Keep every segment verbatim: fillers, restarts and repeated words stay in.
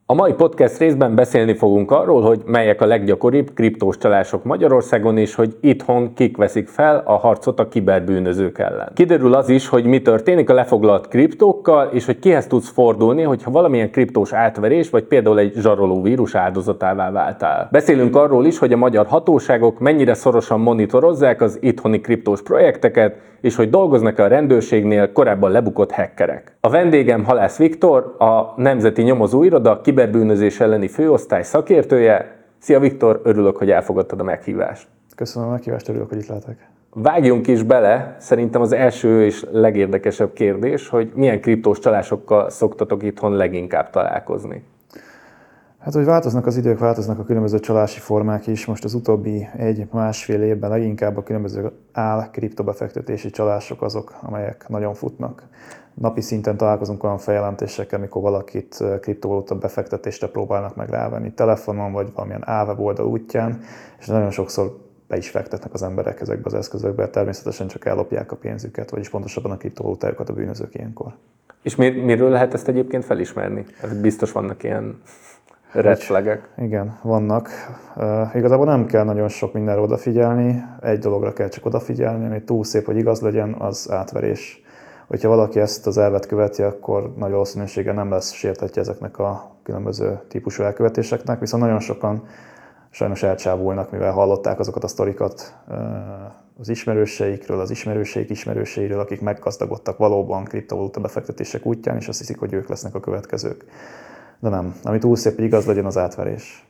A mai podcast részben beszélni fogunk arról, hogy melyek a leggyakoribb kriptós csalások Magyarországon, és hogy itthon kik veszik fel a harcot a kiberbűnözők ellen. Kiderül az is, hogy mi történik a lefoglalt kriptókkal, és hogy kihez tudsz fordulni, hogyha valamilyen kriptós átverés, vagy például egy zsaroló vírus áldozatává váltál. Beszélünk arról is, hogy a magyar hatóságok mennyire szorosan monitorozzák az itthoni kriptós projekteket, és hogy dolgoznak-e a rendőrségnél korábban lebukott hackerek. A vendégem Halász Viktor, a Nemzeti Nyomozóiroda kiberbűnözés elleni főosztály szakértője. Szia Viktor, örülök, hogy elfogadtad a meghívást. Köszönöm a meghívást, örülök, hogy itt lehetek. Vágjunk is bele, szerintem az első és legérdekesebb kérdés, hogy milyen kriptós csalásokkal szoktatok itthon leginkább találkozni? Hát, hogy változnak az idők, változnak a különböző csalási formák is. Most az utóbbi egy-másfél évben leginkább a különböző áll-kriptobefektetési csalások azok, amelyek nagyon futnak. Napi szinten találkozunk olyan feljelentésekkel, amikor valakit kriptovaluta befektetésre próbálnak meg rávenni telefonon, vagy valamilyen álweboldal útján, és nagyon sokszor be is fektetnek az emberek ezekbe az eszközökbe, természetesen csak ellopják a pénzüket, vagyis pontosabban a kriptovalutájukat a bűnözők ilyenkor. És mir- miről lehet ezt egyébként felismerni? Biztos vannak ilyen red flagek. Igen, vannak. Uh, igazából nem kell nagyon sok mindenre odafigyelni, egy dologra kell csak odafigyelni, ami túl szép, hogy igaz legyen, az átverés. Hogyha valaki ezt az elvet követi, akkor nagy valószínűséggel nem lesz sértetje ezeknek a különböző típusú elkövetéseknek, viszont nagyon sokan sajnos elcsábulnak, mivel hallották azokat a sztorikat uh, az ismerőseikről, az ismerőseik ismerőseiről, akik meggazdagodtak valóban kriptovaluta befektetések útján, és azt hiszik, hogy ők lesznek a következők. De nem. Ami túl szép, hogy igaz legyen, az átverés.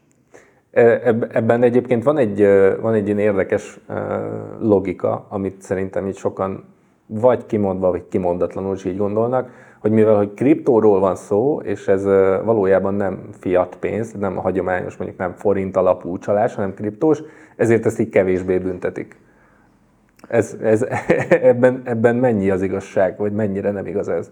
Ebben egyébként van egy, van egy ilyen érdekes logika, amit szerintem itt sokan vagy kimondva, vagy kimondatlanul is így gondolnak, hogy mivel hogy kriptóról van szó, és ez valójában nem fiat pénz, nem a hagyományos, mondjuk nem forint alapú csalás, hanem kriptós, ezért ezt így kevésbé büntetik. Ez, ez, ebben, ebben mennyi az igazság, vagy mennyire nem igaz ez?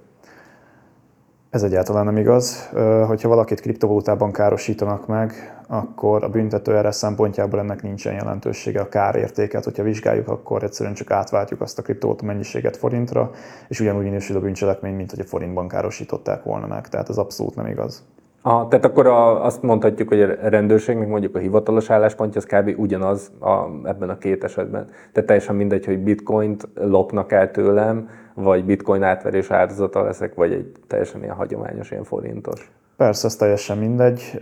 Ez egyáltalán nem igaz. Hogyha valakit kriptovalutában károsítanak meg, akkor a büntető eres szempontjából ennek nincsen jelentősége, a kárértéket. Hogyha vizsgáljuk, akkor egyszerűen csak átváltjuk azt a kriptovaluta mennyiséget forintra, és ugyanúgy minősül a bűncselekmény, mint hogy a forintban károsították volna meg. Tehát ez abszolút nem igaz. Ah, tehát akkor a, azt mondhatjuk, hogy a rendőrségnek mondjuk a hivatalos álláspontja az kb. Ugyanaz a, ebben a két esetben. Tehát teljesen mindegy, hogy bitcoint lopnak el tőlem, vagy bitcoin átverés áldozata leszek, vagy egy teljesen ilyen hagyományos, ilyen forintos. Persze, ez teljesen mindegy.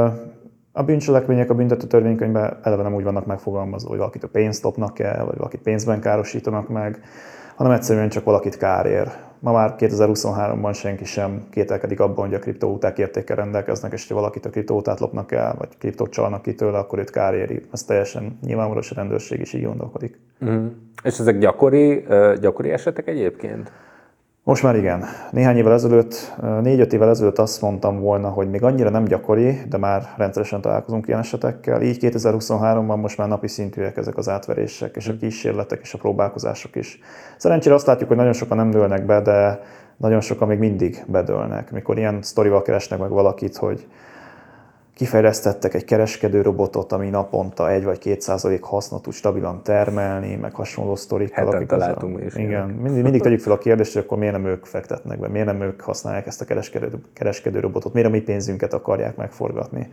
A bűncselekmények a büntető törvénykönyvben eleve nem úgy vannak megfogalmazva, hogy valakit a pénzt lopnak el, vagy valakit pénzben károsítanak meg, hanem egyszerűen csak valakit kár ér. Ma már kétezer-huszonháromban senki sem kételkedik abban, hogy a kriptovaluták értékkel rendelkeznek, és ha valakit a kriptovalutát lopnak el, vagy kriptót csalnak ki tőle, akkor őt kár éri. Ez teljesen nyilvánvaló, a rendőrség is így gondolkodik. Mm. És ezek gyakori, gyakori esetek egyébként? Most már igen. Néhány évvel ezelőtt, négy-öt évvel ezelőtt azt mondtam volna, hogy még annyira nem gyakori, de már rendszeresen találkozunk ilyen esetekkel. Így kétezer-huszonháromban most már napi szintűek ezek az átverések, és a kísérletek, és a próbálkozások is. Szerencsére azt látjuk, hogy nagyon sokan nem dőlnek be, de nagyon sokan még mindig bedőlnek. Mikor ilyen sztorival keresnek meg valakit, hogy kifejlesztettek egy kereskedő robotot, ami naponta egy vagy két százalék hasznot tud stabilan termelni, meg hasonló sztorikkal. Hetente látunk mi is. Igen, mindig, mindig tegyük fel a kérdést, hogy akkor miért nem ők fektetnek be, miért nem ők használják ezt a kereskedő, kereskedő robotot, miért a mi pénzünket akarják megforgatni.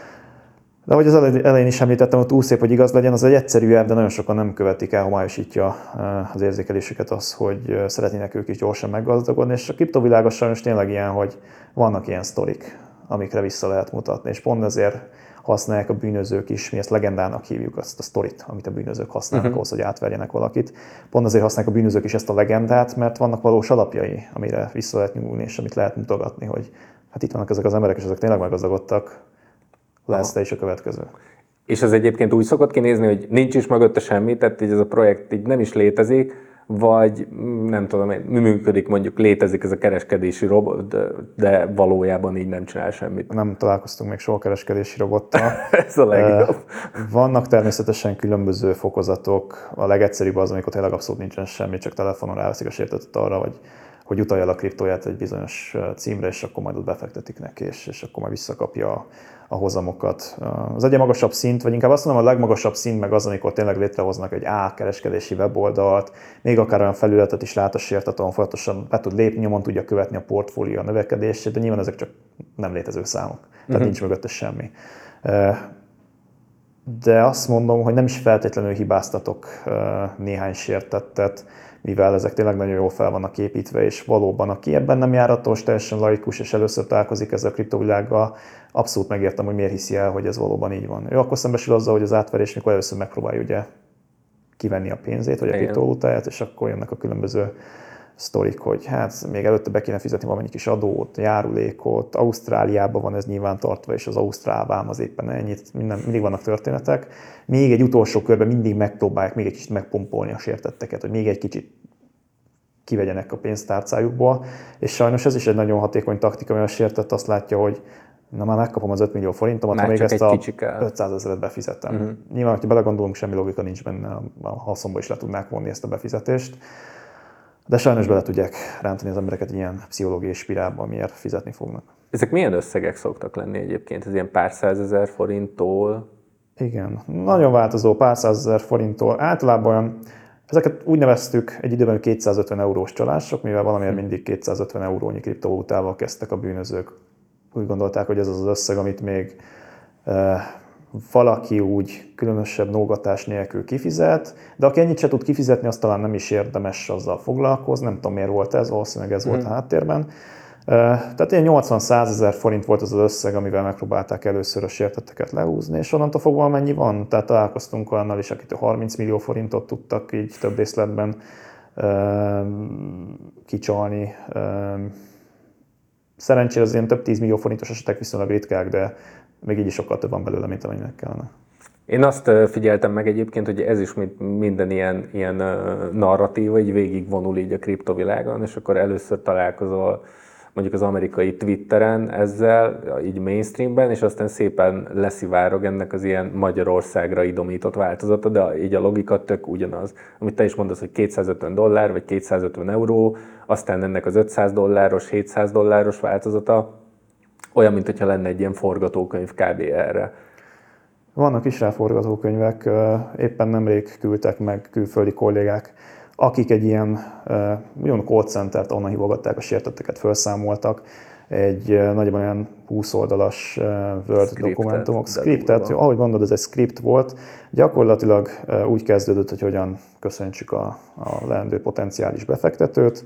De ahogy az elején is említettem, hogy túl szép, hogy igaz legyen, az egy egyszerű elv, de nagyon sokan nem követik el, homályosítja az érzékelésüket az, hogy szeretnének ők is gyorsan meggazdagodni, és a kriptovilága sajnos tényleg ilyen, hogy vannak ilyen sztorik, amikre vissza lehet mutatni, és pont ezért használják a bűnözők is, mi ezt legendának hívjuk, azt a sztorit, amit a bűnözők használnak uh-huh. ahhoz, hogy átverjenek valakit. Pont azért használják a bűnözők is ezt a legendát, mert vannak valós alapjai, amire vissza lehet nyúlni, és amit lehet mutogatni, hogy hát itt vannak ezek az emberek, és ezek tényleg meggazdagodtak, lesz te is a következő. És ez egyébként úgy szokott kinézni, hogy nincs is mögötte semmi, tehát így ez a projekt így nem is létezik, vagy nem tudom, mi működik, mondjuk létezik ez a kereskedési robot, de, de valójában így nem csinál semmit. Nem találkoztunk még soha kereskedési robottal. Ez a legjobb. Vannak természetesen különböző fokozatok. A legegyszerűbb az, amikor tényleg abszolút nincsen semmi, csak telefonon ráveszik a sértetet arra, hogy, hogy utalja el a kriptóját egy bizonyos címre, és akkor majd ott befektetik neki, és, és akkor majd visszakapja a hozamokat. Az egyre magasabb szint, vagy inkább azt mondom, a legmagasabb szint meg az, amikor tényleg létrehoznak egy A kereskedési weboldalt, még akár olyan felületet is lát a sértető, ahol folyamatosan be tud lépni, nyomon tudja követni a portfólió növekedését, de nyilván ezek csak nem létező számok, tehát uh-huh. nincs mögötte semmi. De azt mondom, hogy nem is feltétlenül hibáztatok néhány sértettet, mivel ezek tényleg nagyon jól fel vannak építve, és valóban aki ebben nem járatos, teljesen laikus, és először találkozik ezzel a kriptovilággal, abszolút megértem, hogy miért hiszi el, hogy ez valóban így van. Ő akkor szembesül azzal, hogy az átverés, mikor először megpróbálja ugye kivenni a pénzét, vagy a kriptovalutáját, és akkor jönnek a különböző sztorik, hogy hát még előtte be kéne fizetni valamennyi kis adót, járulékot, Ausztráliában van ez nyilván tartva, és az ausztrál vám az éppen ennyit, minden, mindig vannak történetek. Még egy utolsó körben mindig megpróbálják még egy kicsit megpompolni a sértetteket, hogy még egy kicsit kivegyenek a pénztárcájukból, és sajnos ez is egy nagyon hatékony taktika, mert a sértett azt látja, hogy na már megkapom az öt millió forintomat, ha még ezt a ötszázezret befizetem. Uh-huh. Nyilván, ha belegondolunk, semmi logika nincs benne, a haszonba is le tudnák vonni ezt a befizetést. De sajnos bele tudják rántani az embereket ilyen pszichológiai spirálba, miért fizetni fognak. Ezek milyen összegek szoktak lenni egyébként? Ez ilyen pár százezer forinttól? Igen, nagyon változó, pár százezer forinttól. Általában olyan, ezeket úgy neveztük egy időben kétszázötven eurós csalások, mivel valamiért mindig kétszázötven eurónyi kriptovalutával kezdtek a bűnözők. Úgy gondolták, hogy ez az az összeg, amit még eh, valaki úgy különösebb nógatás nélkül kifizet, de aki ennyit se tud kifizetni, az talán nem is érdemes azzal foglalkozni, nem tudom miért volt ez, valószínűleg ez hmm. volt a háttérben. Tehát ilyen nyolcvan-százezer forint volt az az összeg, amivel megpróbálták először a sértetteket lehúzni, és onnantól fogva mennyi van. Tehát találkoztunk olyannal is, akitől harminc millió forintot tudtak így több részletben kicsalni. Szerencsére az ilyen több tízmillió forintos esetek viszonylag ritkák, de még így is sokkal több van belőle, mint amennyinek kellene. Én azt figyeltem meg egyébként, hogy ez is minden ilyen, ilyen narratíva így végigvonul így a kriptovilágon, és akkor először találkozol mondjuk az amerikai Twitteren ezzel, így mainstreamben, és aztán szépen leszivárog ennek az ilyen Magyarországra idomított változata, de így a logika tök ugyanaz. Amit te is mondasz, hogy kétszázötven dollár, vagy kétszázötven euró, aztán ennek az ötszáz dolláros, hétszáz dolláros változata, olyan, mintha lenne egy ilyen forgatókönyv kb. Erre. Vannak is rá forgatókönyvek, éppen nemrég küldtek meg külföldi kollégák, akik egy ilyen olyan call centert, onnan hívogatták a sértetteket, felszámoltak, egy nagyobb olyan húsz oldalas Word scriptet, dokumentumok, scriptet, ahogy mondod, ez egy script volt, gyakorlatilag úgy kezdődött, hogy hogyan köszöntsük a, a leendő potenciális befektetőt,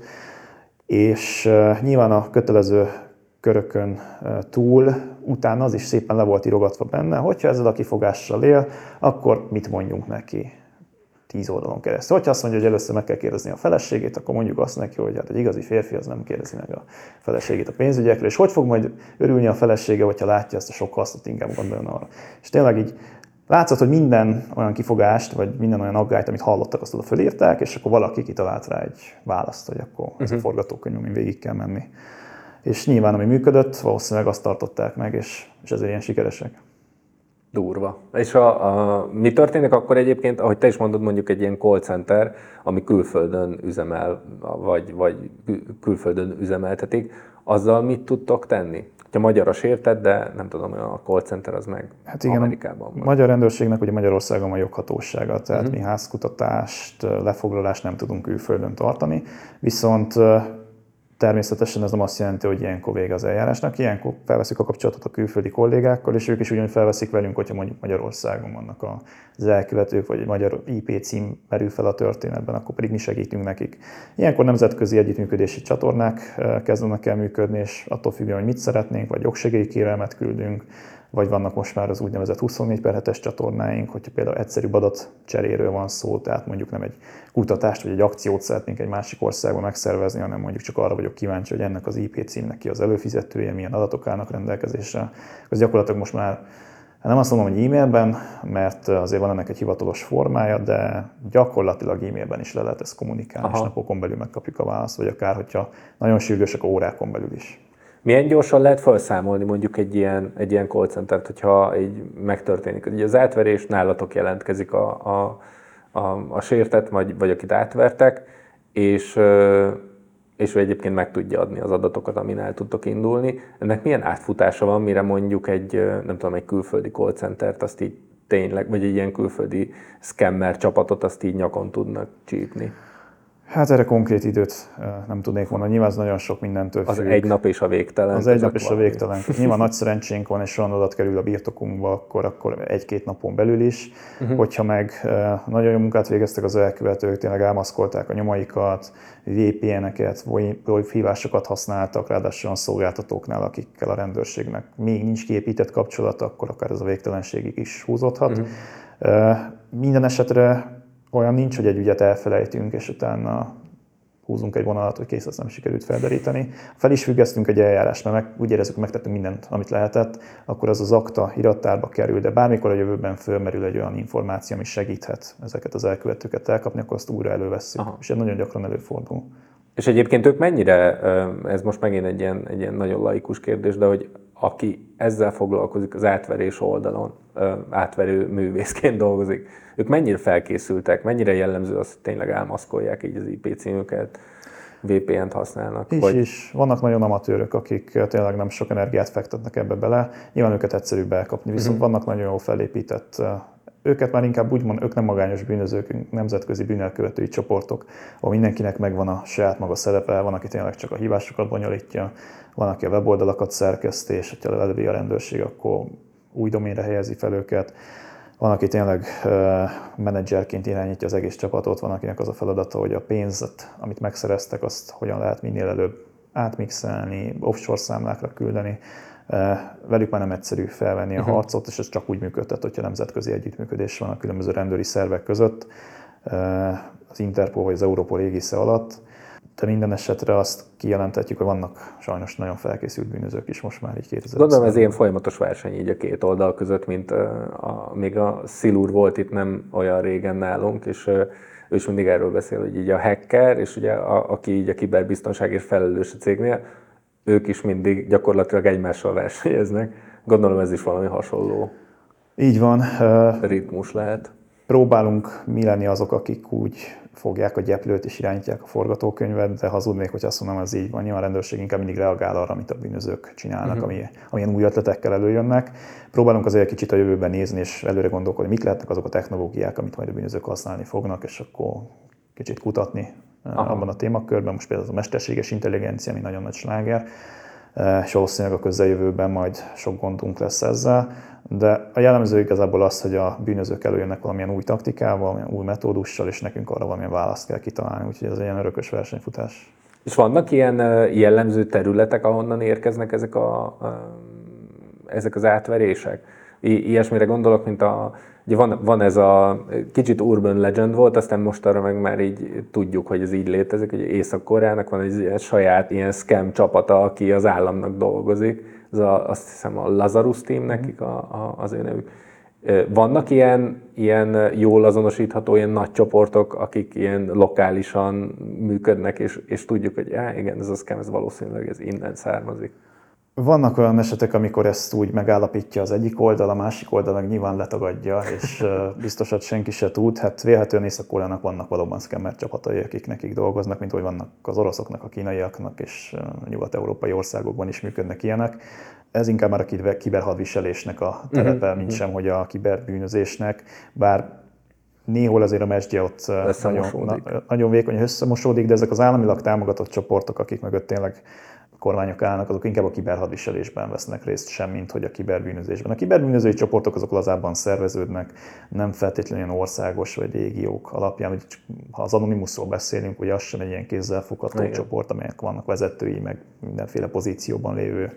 és nyilván a kötelező körökön túl, utána az is szépen le volt írogatva benne, hogyha ezzel a kifogással él, akkor mit mondjunk neki tíz oldalon keresztül. Hogyha azt mondja, hogy először meg kell kérdezni a feleségét, akkor mondjuk azt neki, hogy hát egy igazi férfi az nem kérdezi meg a feleségét a pénzügyekről, és hogy fog majd örülni a felesége, hogyha látja ezt a sok hasznot, inkább gondoljon arra. És tényleg így látszott, hogy minden olyan kifogást, vagy minden olyan aggályt, amit hallottak, azt oda fölírták, és akkor valaki kitalált rá egy választ, hogy akkor ez a forgatókönyv, amin végig kell menni. És nyilván, ami működött, valószínűleg azt tartották meg, és, és ezért ilyen sikeresek. Durva. És a, a, mi történik akkor egyébként, ahogy te is mondod, mondjuk egy ilyen call center, ami külföldön üzemel, vagy, vagy külföldön üzemeltetik, azzal mit tudtok tenni? Ha magyar a sértett, de nem tudom, a call center az meg hát igen, Amerikában van. A magyar rendőrségnek ugye Magyarországon van joghatósága, tehát uh-huh. mi házkutatást, lefoglalást nem tudunk külföldön tartani, viszont természetesen ez nem azt jelenti, hogy ilyenkor vége az eljárásnak. Ilyenkor felveszik a kapcsolatot a külföldi kollégákkal, és ők is ugyanúgy felveszik velünk, hogyha mondjuk Magyarországon vannak az elkövetők, vagy egy magyar I P cím merül fel a történetben, akkor pedig mi segítünk nekik. Ilyenkor nemzetközi együttműködési csatornák kezdenek el működni, és attól függően, hogy mit szeretnénk, vagy jogsegélykérelmet küldünk, vagy vannak most már az úgynevezett huszonnégy per hetes csatornáink, hogyha például egyszerű adatcseréről van szó, tehát mondjuk nem egy kutatást vagy egy akciót szeretnénk egy másik országban megszervezni, hanem mondjuk csak arra vagyok kíváncsi, hogy ennek az I P címnek ki az előfizetője, milyen adatok állnak rendelkezésre. Ez gyakorlatilag most már nem azt mondom, hogy e-mailben, mert azért van ennek egy hivatalos formája, de gyakorlatilag e-mailben is le lehet ezt kommunikálni, Aha. és napokon belül megkapjuk a választ, vagy akár, hogyha nagyon sürgősek, órákon belül is. Milyen gyorsan lehet felszámolni mondjuk egy ilyen, egy ilyen call centert, hogyha így megtörténik? Ugye az átverés, nálatok jelentkezik a, a, a, a sértett, vagy, vagy akit átvertek, és és ő egyébként meg tudja adni az adatokat, amin el tudtok indulni. Ennek milyen átfutása van, mire mondjuk egy, nem tudom, egy külföldi call centert, azt így tényleg, vagy egy ilyen külföldi scammer csapatot, azt így nyakon tudnak csípni? Hát erre konkrét időt nem tudnék mondani. Nyilván az nagyon sok mindentől függ. Az egy nap és a végtelen. Az egy nap és a végtelen. Nyilván nagy szerencsénk van, és olyan adat kerül a birtokunkba, akkor, akkor egy-két napon belül is. Uh-huh. Hogyha meg nagyon jó munkát végeztek az elkövetők, tényleg elmaszkolták a nyomaikat, vé pé en-eket, VoIP hívásokat használtak, ráadásul olyan szolgáltatóknál, akikkel a rendőrségnek még nincs kiépített kapcsolata, akkor akár ez a végtelenségig is húzódhat. Uh-huh. Minden esetre olyan nincs, hogy egy ügyet elfelejtünk, és utána húzunk egy vonalat, hogy kész, azt nem sikerült felderíteni. Fel is függesztünk egy eljárást, mert meg, úgy érezzük, hogy megtettünk mindent, amit lehetett, akkor az az akta irattárba kerül, de bármikor a jövőben fölmerül egy olyan információ, ami segíthet ezeket az elkövetőket elkapni, akkor azt újra elővesszük. Aha. És ez nagyon gyakran előfordul. És egyébként ők mennyire, ez most megint egy ilyen, egy ilyen nagyon laikus kérdés, de hogy aki ezzel foglalkozik az átverés oldalon, átverő művészként dolgozik, ők mennyire felkészültek, mennyire jellemző az, hogy tényleg elmaszkolják így az i pé címüket, vé pé en-t használnak? Is, vagy... is. Vannak nagyon amatőrök, akik tényleg nem sok energiát fektetnek ebbe bele. Nyilván őket egyszerűbb elkapni, viszont uh-huh. vannak nagyon jól felépített, őket már inkább úgy mond, ők nem magányos bűnözők, nemzetközi bűnelkövetői csoportok, ahol mindenkinek megvan a saját maga szerepe, van, aki tényleg csak a hívásokat bonyolítja, van, aki a weboldalakat szerkeszti, és ha lelövi a rendőrség, akkor új doménre helyezi fel őket. Van, aki tényleg uh, menedzserként irányítja az egész csapatot, van, akinek az a feladata, hogy a pénzt, amit megszereztek, azt hogyan lehet minél előbb átmixelni, offshore számlákra küldeni. Uh, velük már nem egyszerű felvenni a uh-huh. harcot, és ez csak úgy működtet, hogyha nemzetközi együttműködés van a különböző rendőri szervek között, uh, az Interpol vagy az Europol égisze alatt. De minden esetre azt kijelenthetjük, hogy vannak sajnos nagyon felkészült bűnözők is most már így kétezer-húsz. Gondolom ez ilyen folyamatos verseny így a két oldal között, mint a, a, még a Szilúr volt itt nem olyan régen nálunk, és ő is mindig erről beszél, hogy így a hacker, és ugye a, aki így a kiberbiztonságért felelős a cégnél, ők is mindig gyakorlatilag egymással versenyeznek. Gondolom ez is valami hasonló így van. ritmus lehet. Próbálunk mi lenni azok, akik úgy fogják a gyeplőt és irányítják a forgatókönyvet, de hazudnék, hogy azt mondom, ez így van. Nyilván a rendőrség inkább mindig reagál arra, amit a bűnözők csinálnak, uh-huh. ami, amilyen új ötletekkel előjönnek. Próbálunk azért kicsit a jövőben nézni, és előre gondolkodni, mik lehetnek azok a technológiák, amit majd a bűnözők használni fognak, és akkor kicsit kutatni Aha. abban a témakörben. Most például a mesterséges intelligencia, ami nagyon nagy sláger, és valószínűleg a közeljövőben majd sok gondunk lesz ezzel. De a jellemző igazából az, hogy a bűnözők előjönnek valamilyen új taktikával, valamilyen új metódussal, és nekünk arra valamilyen választ kell kitalálni, úgyhogy ez egy ilyen örökös versenyfutás. És vannak ilyen jellemző területek, ahonnan érkeznek ezek, a, ezek az átverések? I- ilyesmire gondolok, mint a... Ugye van, van ez a kicsit urban legend volt, aztán most arra meg már így tudjuk, hogy ez így létezik, hogy Észak-Koreának van egy ilyen saját ilyen scam csapata, aki az államnak dolgozik. Ez a, azt hiszem a Lazarus Team nekik a, a, az ő nevük. Vannak ilyen, ilyen jól azonosítható ilyen nagy csoportok, akik ilyen lokálisan működnek, és, és tudjuk, hogy já, igen, ez a scam, ez valószínűleg ez innen származik. Vannak olyan esetek, amikor ezt úgy megállapítja az egyik oldal, a másik oldal meg nyilván letagadja, és biztos, hogy senki se tud. Hát vélhetően Észak-Koreának vannak valóban scammer csapatai, akik nekik dolgoznak, mint hogy vannak az oroszoknak, a kínaiaknak, és nyugat-európai országokban is működnek ilyenek. Ez inkább már a kiberhadviselésnek a terepe, mint sem, hogy a kiberbűnözésnek, bár néhol azért a mesdje ott nagyon, nagyon vékony, összemosódik, de ezek az államilag támogatott csoportok, akik mögött tényleg kormányok állnak, azok inkább a kiberhadviselésben vesznek részt, sem mint hogy a kiberbűnözésben. A kiberbűnözői csoportok azok lazábban szerveződnek, nem feltétlenül ilyen országos vagy régiók alapján, hogy ha az Anonymousról beszélünk, ugye az sem egy ilyen kézzelfogható Igen. csoport, amelyek vannak vezetői, meg mindenféle pozícióban lévő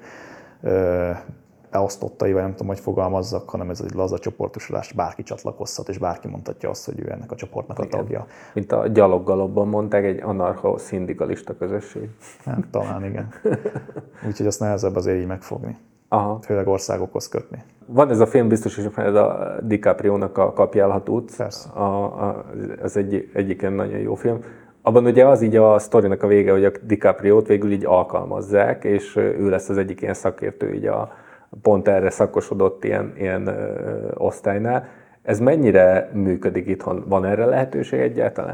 ö, beosztottai, vagy nem tudom, hogy fogalmazzak, hanem ez egy laza csoportosulás, bárki csatlakozhat, és bárki mondhatja azt, hogy ő ennek a csoportnak a igen. tagja. Mint a gyaloggalobban mondták, egy anarcho-szindikalista közösség. Hát talán igen. Úgyhogy azt nehezebb azért így megfogni. Aha. Főleg országokhoz kötni. Van ez a film, biztos is, ez a DiCaprio-nak a Kapjál, ha tudsz. Persze. A, a, ez egy, egyik nagyon jó film. Abban ugye az így a sztorinak a vége, hogy a DiCaprio-t végül így alkalmazzák, és ő lesz az egyik ilyen szakértő így a pont erre szakosodott ilyen, ilyen ö, osztálynál. Ez mennyire működik itthon? Van erre lehetőség egyáltalán?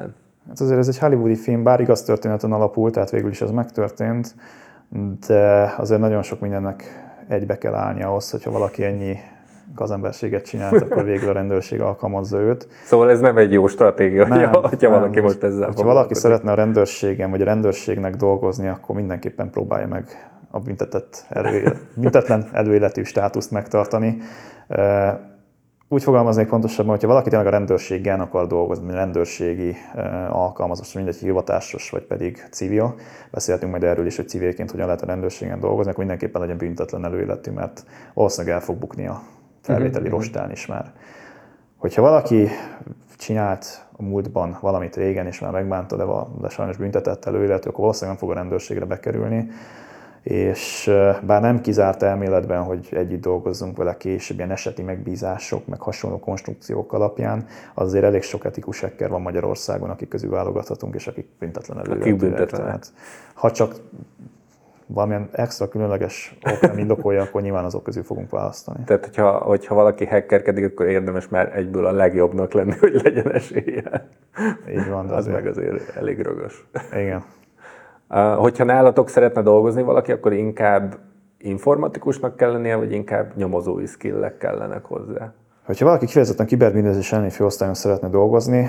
Hát azért ez egy hollywoodi film, bár igaz történeten alapul, tehát végül is ez megtörtént, de azért nagyon sok mindennek egybe kell állni ahhoz, hogyha valaki ennyi gazemberséget csinált, akkor végül a rendőrség alkalmazza őt. Szóval ez nem egy jó stratégia, nem, hogyha nem, valaki most ezzel Ha valaki szeretne a rendőrségen, vagy a rendőrségnek dolgozni, akkor mindenképpen próbálja meg a büntetett előélet, büntetlen előéletű státuszt megtartani. Úgy fogalmaznék pontosabban, hogyha valaki tényleg a rendőrségen akar dolgozni, rendőrségi alkalmazott, mindegy hivatásos, vagy pedig civil, beszélhetünk majd erről is, hogy civilként hogyan lehet a rendőrségen dolgozni, akkor mindenképpen legyen büntetlen előéletű, mert valószínűleg el fog bukni a felvételi rostán is már. Hogyha valaki csinált a múltban valamit régen, és már megbánta, de, de sajnos büntetett előéletű, akkor valószínűleg nem fog a rendőrségre bekerülni. És bár nem kizárt elméletben, hogy együtt dolgozzunk vele később, ilyen eseti megbízások, meg hasonló konstrukciók alapján, azért elég sok etikus hacker van Magyarországon, akik közül válogathatunk, és akik büntetlen előéletűek. Tehát, ha csak valamilyen extra különleges ok nem indokolja, akkor nyilván azok közül fogunk választani. Tehát, hogyha, hogyha valaki hackerkedik, akkor érdemes már egyből a legjobbnak lenni, hogy legyen esélye. Így van, de az azért... meg azért elég rögös. Igen. Hogyha nálatok szeretne dolgozni valaki, akkor inkább informatikusnak kell lennie, vagy inkább nyomozói skillek kellenek hozzá? Hogyha valaki kifejezetten kiberbűnözés elleni főosztályon szeretne dolgozni,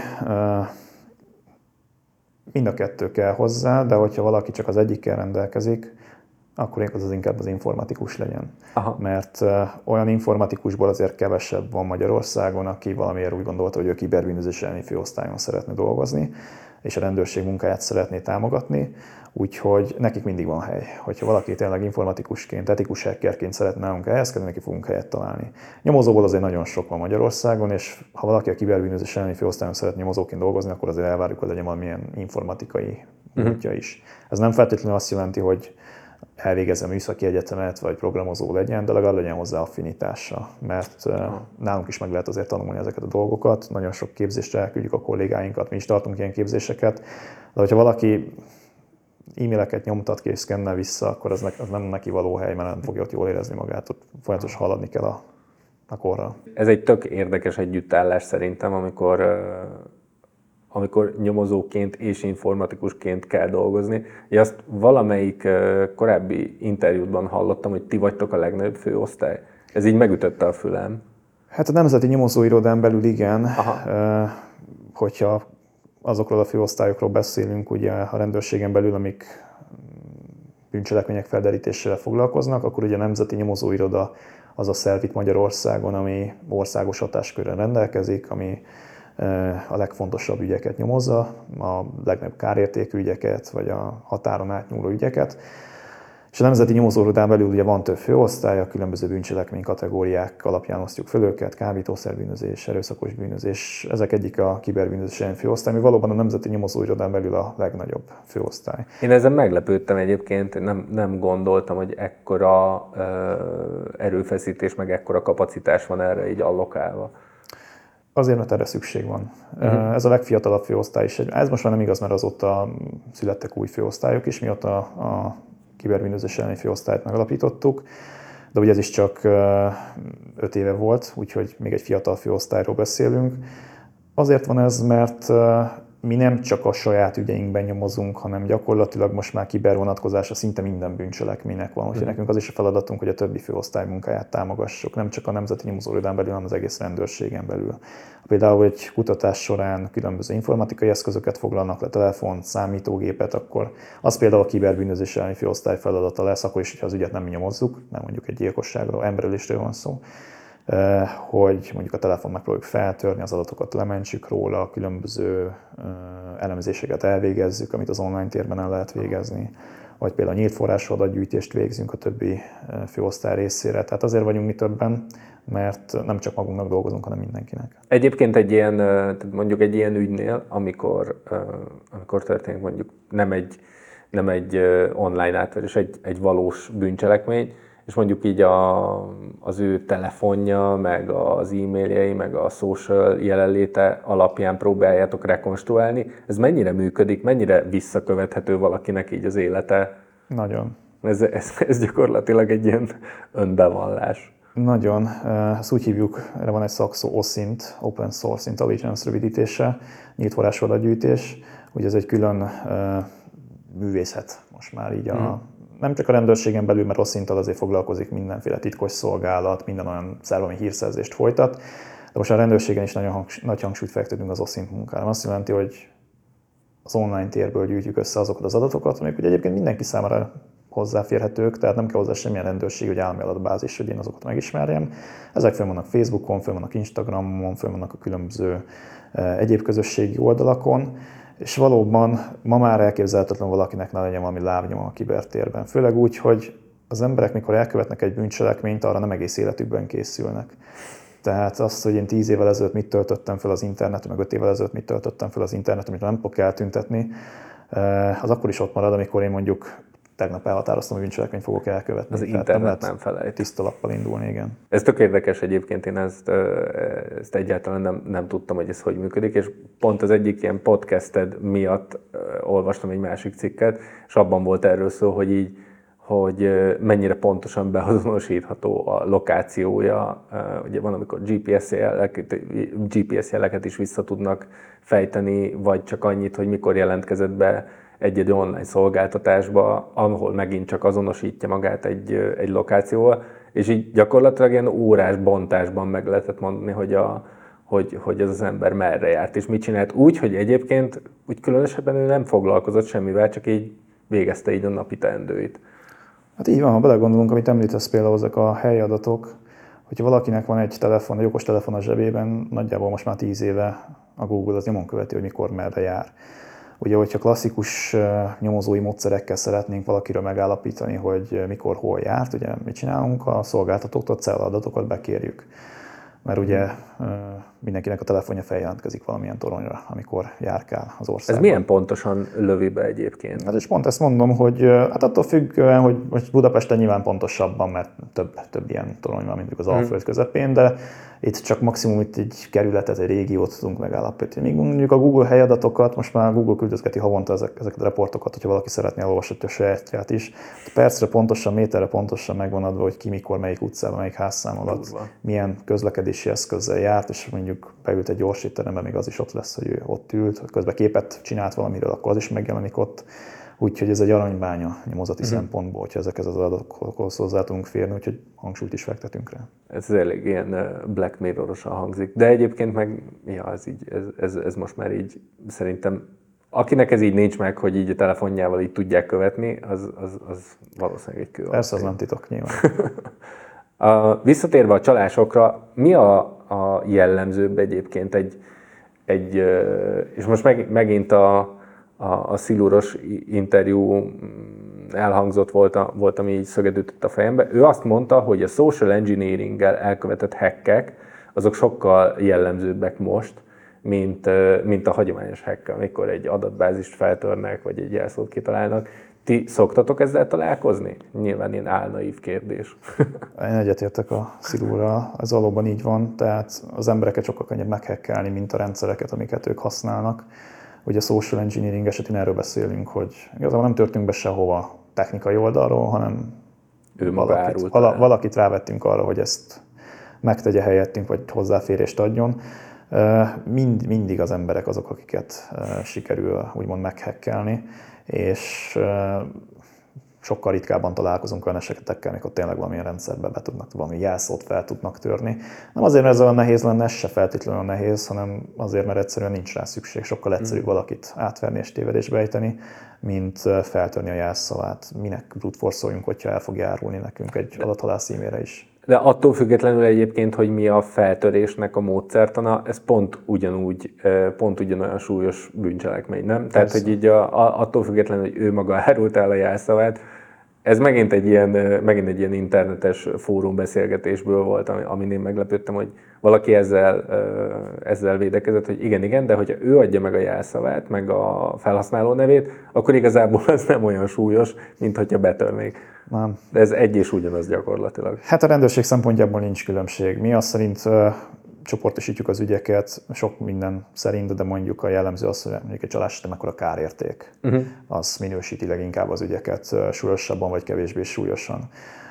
mind a kettő kell hozzá, de hogyha valaki csak az egyikkel rendelkezik, akkor az inkább az informatikus legyen. Aha. Mert olyan informatikusból azért kevesebb van Magyarországon, aki valamiért úgy gondolta, hogy ő kiberbűnözés elleni főosztályon szeretne dolgozni, és a rendőrség munkáját szeretné támogatni, úgyhogy nekik mindig van hely. Hogyha valaki tényleg informatikusként, etikus hackerként szeretne nálunk helyezkedni, neki fogunk helyet találni. Nyomozóból azért nagyon sok van Magyarországon, és ha valaki a kiberbűnözés elleni főosztályon szeret nyomozóként dolgozni, akkor azért elvárjuk, hogy legyen valamilyen informatikai múltja is. Ez nem feltétlenül azt jelenti, hogy elvégezze műszaki egyetemet, vagy programozó legyen, de legalább legyen hozzá affinitása, mert uh, nálunk is meg lehet azért tanulni ezeket a dolgokat, nagyon sok képzésre elküldjük a kollégáinkat, mi is tartunk ilyen képzéseket, de hogyha valaki e-maileket nyomtat ki és szkennel vissza, akkor az, ne, az nem neki való hely, mert nem fogja ott jól érezni magát, ott folyamatosan haladni kell a, a korral. Ez egy tök érdekes együttállás szerintem, amikor amikor nyomozóként és informatikusként kell dolgozni. Én azt valamelyik korábbi interjútban hallottam, hogy ti vagytok a legnagyobb főosztály. Ez így megütötte a fülem. Hát a Nemzeti Nyomozóirodán belül igen. Aha. Hogyha azokról a főosztályokról beszélünk, ugye a rendőrségen belül, amik bűncselekmények felderítésével foglalkoznak, akkor ugye a Nemzeti Nyomozóiroda az a szerv itt Magyarországon, ami országos hatáskörrel rendelkezik, ami a legfontosabb ügyeket nyomozza, a legnagyobb kárértékű ügyeket, vagy a határon átnyúló ügyeket. És a Nemzeti Nyomozóirodán belül ugye van több főosztály, a különböző bűncselekmény kategóriák alapján osztjuk föl őket, kábítószerbűnözés, erőszakos bűnözés, ezek egyik a kiberbűnözés elleni főosztály, ami valóban a Nemzeti Nyomozóirodán belül a legnagyobb főosztály. Én ezen meglepődtem egyébként, nem, nem gondoltam, hogy ekkora uh, erőfeszítés, meg ekkora kapacitás van erre így allokálva. Azért, mert erre szükség van. Uh-huh. Ez a legfiatalabb főosztály is. Ez most már nem igaz, mert azóta születtek új főosztályok is, mióta a kiberbűnözés elleni főosztályt megalapítottuk. De ugye ez is csak öt éve volt, úgyhogy még egy fiatal főosztályról beszélünk. Azért van ez, mert mi nem csak a saját ügyeinkben nyomozunk, hanem gyakorlatilag most már kibervonatkozása szinte minden bűncselekménynek van. Úgyhogy mm. nekünk az is a feladatunk, hogy a többi főosztály munkáját támogassuk, nem csak a Nemzeti Nyomozóirodán belül, hanem az egész rendőrségen belül. Például, hogy kutatás során különböző informatikai eszközöket foglalnak le, telefont, számítógépet, akkor az például a kiberbűnözés elleni főosztály feladata lesz, akkor is, hogyha az ügyet nem mi nyomozzuk, nem mondjuk egy gyilkosságról, emberölésről van szó, hogy mondjuk a telefon megpróbáljuk feltörni, az adatokat lementsük róla, különböző elemzéseket elvégezzük, amit az online térben el lehet végezni, vagy például nyílt forrású adatgyűjtést végzünk a többi főosztály részére. Tehát azért vagyunk mi többen, mert nem csak magunknak dolgozunk, hanem mindenkinek. Egyébként egy ilyen, mondjuk egy ilyen ügynél, amikor, amikor történik mondjuk nem egy, nem egy online átverés, egy, egy valós bűncselekmény, és mondjuk így a, az ő telefonja, meg az e-mailjei, meg a social jelenléte alapján próbáljátok rekonstruálni. Ez mennyire működik, mennyire visszakövethető valakinek így az élete? Nagyon. Ez, ez, ez gyakorlatilag egy ilyen önbevallás. Nagyon. Ezt úgy hívjuk, erre van egy szakszó, o szint, Open Source Intelligence rövidítése, nyílt forrású adatgyűjtés. ugye ez egy külön uh, művészet most már így a, mm. nem csak a rendőrségen belül, mert rossz szinttal azért foglalkozik mindenféle titkos szolgálat, minden olyan szerv, ami hírszerzést folytat, de most a rendőrségen is nagyon hangs- nagy hangsúlyt fektetünk az oszint munkára. Azt jelenti, hogy az online térből gyűjtjük össze azokat az adatokat, amik ugye egyébként mindenki számára hozzáférhetők, tehát nem kell hozzá semmilyen rendőrség, hogy állami adatbázis, hogy én azokat megismerjem. Ezek fönn vannak Facebookon, fönn vannak Instagramon, fönn vannak a különböző egyéb közösségi oldalakon, és valóban ma már elképzelhetetlen valakinek ne legyen valami lábnyoma a kibertérben. Főleg úgy, hogy az emberek, mikor elkövetnek egy bűncselekményt, arra nem egész életükben készülnek. Tehát azt, hogy én tíz évvel ezelőtt mit töltöttem fel az internetre, meg öt évvel ezelőtt mit töltöttem fel az internetre, amit nem fogok eltüntetni, az akkor is ott marad, amikor én mondjuk tegnap elhatároztam, hogy bűncselekményt fogok elkövetni. Az Tehát internet nem, nem felejt. Tiszta lappal indulni, igen. Ez tök érdekes egyébként, én ezt, ezt egyáltalán nem, nem tudtam, hogy ez hogy működik, és pont az egyik ilyen podcasted miatt olvastam egy másik cikket, és abban volt erről szó, hogy így, hogy mennyire pontosan beazonosítható a lokációja. Ugye van, amikor gé pé es jeleket, gé pé es jeleket is vissza tudnak fejteni, vagy csak annyit, hogy mikor jelentkezett be egy-egy online szolgáltatásba, ahol megint csak azonosítja magát egy, egy lokációval, és így gyakorlatilag ilyen órás bontásban meg lehetett mondani, hogy, a, hogy, hogy ez az ember merre járt, és mit csinált úgy, hogy egyébként úgy különösebben ő nem foglalkozott semmivel, csak így végezte így a napi teendőit. Hát így van, ha belegondolunk, amit említesz például ezek a helyadatok, hogyha valakinek van egy telefon, egy okos telefon a zsebében, nagyjából most már tíz éve a Google az nyomon követi, hogy mikor merre jár. Ugye, hogyha klasszikus nyomozói módszerekkel szeretnénk valakiről megállapítani, hogy mikor, hol járt, ugye mit csinálunk? A szolgáltatóktól celladatokat bekérjük. Mert ugye mindenkinek a telefonja feljelentkezik valamilyen toronyra, amikor járkál az országban. Ez milyen pontosan lövi be egyébként? Hát és pont ezt mondom, hogy hát attól függően, hogy most Budapesten nyilván pontosabban, mert több, több ilyen torony van, mint az Alföld közepén, de itt csak maximum itt egy kerületet, egy régiót tudunk megállapítani. Míg mondjuk a Google helyadatokat, most már Google küldözgeti havonta ezek, ezeket a reportokat, hogyha valaki szeretné elolvasni a sajátját is. Percre pontosan, méterre pontosan megvan adva, hogy ki mikor, melyik utcában, melyik házszám alatt, Durva. milyen közlekedési eszközzel járt, és mondjuk beült egy gyors étterembe, még az is ott lesz, hogy ő ott ült, hogy közben képet csinált valamiről, akkor az is megjelenik ott. Úgyhogy ez egy aranybánya nyomozati uh-huh. szempontból, hogyha ezekhez az adatokhoz hozzá tudunk férni, úgyhogy hangsúlyt is fektetünk rá. Ez elég ilyen Black Mirror-osan hangzik, de egyébként meg ja, ez, így, ez, ez, ez most már így szerintem, akinek ez így nincs meg, hogy így a telefonjával így tudják követni, az, az, az valószínűleg egy kő. Persze, az nem titok nyilván. a, visszatérve a csalásokra, mi a, a jellemzőbb egyébként egy, egy és most meg, megint a a, a szilúros interjú elhangzott volt, a, volt, ami így szöget ütött a fejembe. Ő azt mondta, hogy a social engineeringgel elkövetett hackek, azok sokkal jellemzőbbek most, mint, mint a hagyományos hack, amikor egy adatbázist feltörnek, vagy egy jelszót kitalálnak. Ti szoktatok ezzel találkozni? Nyilván ilyen álnaív kérdés. Én egyetértek a szilúrral, ez valóban így van, tehát az embereket sokkal könnyebb meghackelni, mint a rendszereket, amiket ők használnak. Ugye a social engineering esetén erről beszélünk, hogy igazából nem törtünk be sehova technikai oldalról, hanem ő valakit, vala, valakit rávettünk arra, hogy ezt megtegye helyettünk, vagy hozzáférést adjon. Mind, mindig az emberek azok, akiket sikerül úgymond meghackelni, és sokkal ritkábban találkozunk olyan esetekkel, amikor tényleg valamilyen rendszerbe be tudnak, valami jelszót fel tudnak törni. Nem azért, mert ez olyan nehéz lenne, ez se feltétlenül nehéz, hanem azért, mert egyszerűen nincs rá szükség. Sokkal egyszerűbb valakit átverni és tévedésbe ejteni, mint feltörni a jelszavát. Minek brute force-oljunk, hogyha el fog járulni nekünk egy adathalász e-mailre is. De attól függetlenül egyébként, hogy mi a feltörésnek a módszertana, ez pont ugyanúgy, pont ugyanolyan súlyos bűncselekmény, nem? Persze. Tehát, hogy így a, a, attól függetlenül, hogy ő maga árult el a jelszavát, ez megint egy ilyen, megint egy ilyen internetes fórumbeszélgetésből volt, amin én meglepődtem, hogy valaki ezzel, ezzel védekezett, hogy igen, igen, de hogyha ő adja meg a jelszavát, meg a felhasználó nevét, akkor igazából ez nem olyan súlyos, mint hogyha betörnék. Nem. De ez egy és ugyanaz gyakorlatilag. Hát a rendőrség szempontjából nincs különbség. Mi azt szerint uh, csoportosítjuk az ügyeket, sok minden szerint, de mondjuk a jellemző az, hogy mondjuk egy csalás esetén mekkora kárérték. Uh-huh. Az minősíti leginkább az ügyeket uh, súlyosabban vagy kevésbé súlyosan.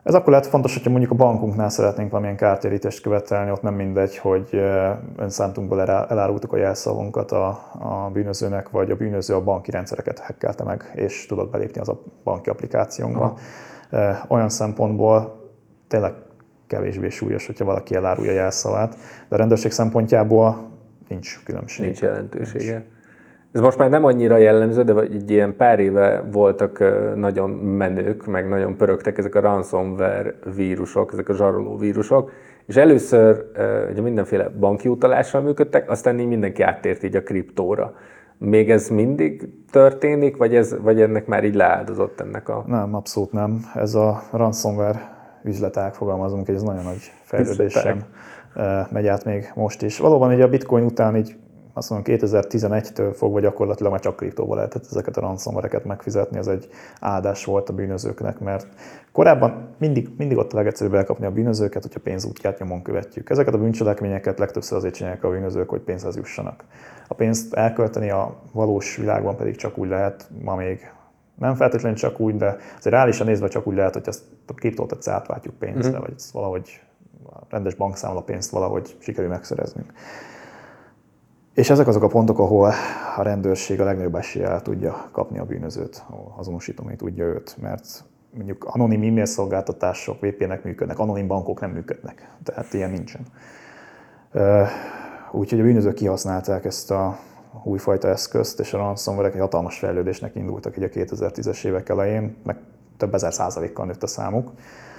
Ez akkor lehet fontos, hogyha mondjuk a bankunknál szeretnénk valamilyen kártérítést követelni, ott nem mindegy, hogy önszántunkból elárultuk a jelszavunkat a, a bűnözőnek, vagy a bűnöző a banki rendszereket hackelte meg, és tudott belépni az a banki applikációnkba. Aha. Olyan szempontból tényleg kevésbé súlyos, hogyha valaki elárulja jelszavát, de a rendőrség szempontjából nincs különbség. Nincs jelentősége. Nincs. Ez most már nem annyira jellemző, de egy ilyen pár éve voltak nagyon menők, meg nagyon pörögtek ezek a ransomware vírusok, ezek a zsaroló vírusok, és először ugye mindenféle banki utalással működtek, aztán így mindenki áttért így a kriptóra. Még ez mindig történik, vagy, ez, vagy ennek már így leáldozott ennek a... Nem, abszolút nem. Ez a ransomware üzletág, fogalmazunk, hogy ez nagyon nagy fejlődésen megy át még most is. Valóban ugye a bitcoin után így azt mondom, kétezer-tizenegytől fogva gyakorlatilag már csak kriptóval lehetett ezeket a ransomware-eket megfizetni, ez egy áldás volt a bűnözőknek, mert korábban mindig, mindig ott a legegyszerűbb elkapni a bűnözőket, hogyha pénzútját nyomon követjük. Ezeket a bűncselekményeket legtöbbször azért csinálják a bűnözők, hogy pénzhez jussanak. A pénzt elkölteni a valós világban pedig csak úgy lehet, ma még nem feltétlenül csak úgy, de azért reálisan nézve csak úgy lehet, hogy ezt a kriptót egyszer átváltjuk pénzre, mm-hmm. vagy ezt valahogy a rendes bankszámla pénzt valahogy sikerül megszereznünk. És ezek azok a pontok, ahol a rendőrség a legnagyobb eséllyel tudja kapni a bűnözőt, ahol azonosítani tudja őt, mert mondjuk anonim e-mail szolgáltatások, vé pé en-ek működnek, anonim bankok nem működnek, tehát ilyen nincsen. Úgyhogy a bűnözők kihasználták ezt a újfajta eszközt, és a ransomware-ek egy hatalmas fejlődésnek indultak így a kétezer-tízes évek elején, meg több ezer százalékkal nőtt a számuk.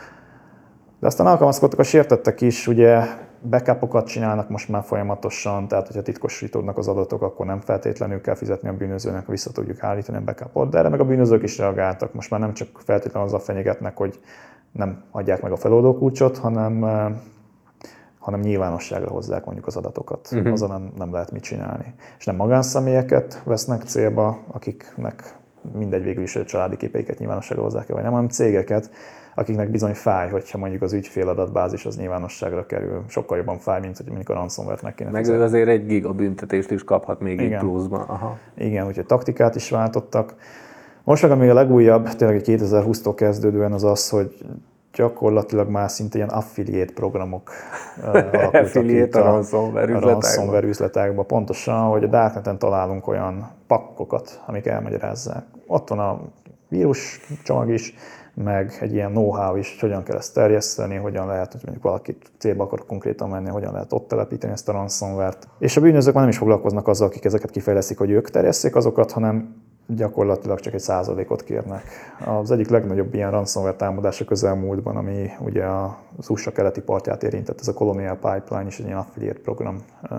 De aztán alkalmazkodtak a sértettek is, ugye backupokat csinálnak most már folyamatosan, tehát hogyha titkosítódnak az adatok, akkor nem feltétlenül kell fizetni a bűnözőnek, vissza tudjuk állítani a backupot, de erre meg a bűnözők is reagáltak. Most már nem csak feltétlenül azzal fenyegetnek, hogy nem adják meg a feloldó kulcsot, hanem, hanem nyilvánosságra hozzák mondjuk az adatokat. Uh-huh. Azon nem, nem lehet mit csinálni. És nem magánszemélyeket vesznek célba, akiknek mindegy végül is, hogy a családi képeiket nyilvánosságra hozzák, vagy nem, hanem cégeket, akiknek bizony fáj, hogyha mondjuk az ügyféladatbázis az nyilvánosságra kerül. Sokkal jobban fáj, mint hogy mondjuk a ransomware-t meg kéne meg fizetni. Meg azért egy giga büntetést is kaphat még így pluszban. Aha. Igen, úgyhogy taktikát is váltottak. Most meg ami a legújabb, tényleg kétezer-húsztól kezdődően az az, hogy gyakorlatilag már szinte ilyen affiliate programok alakultak itt a, a ransomware, ransomware üzletekben. Pontosan, hogy a Darkneten találunk olyan pakkokat, amik elmagyarázzák. Ott van a vírus csomag is, meg egy ilyen know-how is, hogy hogyan kell ezt terjeszteni, hogyan lehet, hogy mondjuk valakit célba akar konkrétan menni, hogyan lehet ott telepíteni ezt a ransomware-t. És a bűnözők már nem is foglalkoznak azzal, akik ezeket kifejlesztik, hogy ők terjesszék azokat, hanem gyakorlatilag csak egy százalékot kérnek. Az egyik legnagyobb ilyen ransomware támadás a közelmúltban, ami ugye az u es á keleti partját érintett, ez a Colonial Pipeline is egy ilyen affiliate program,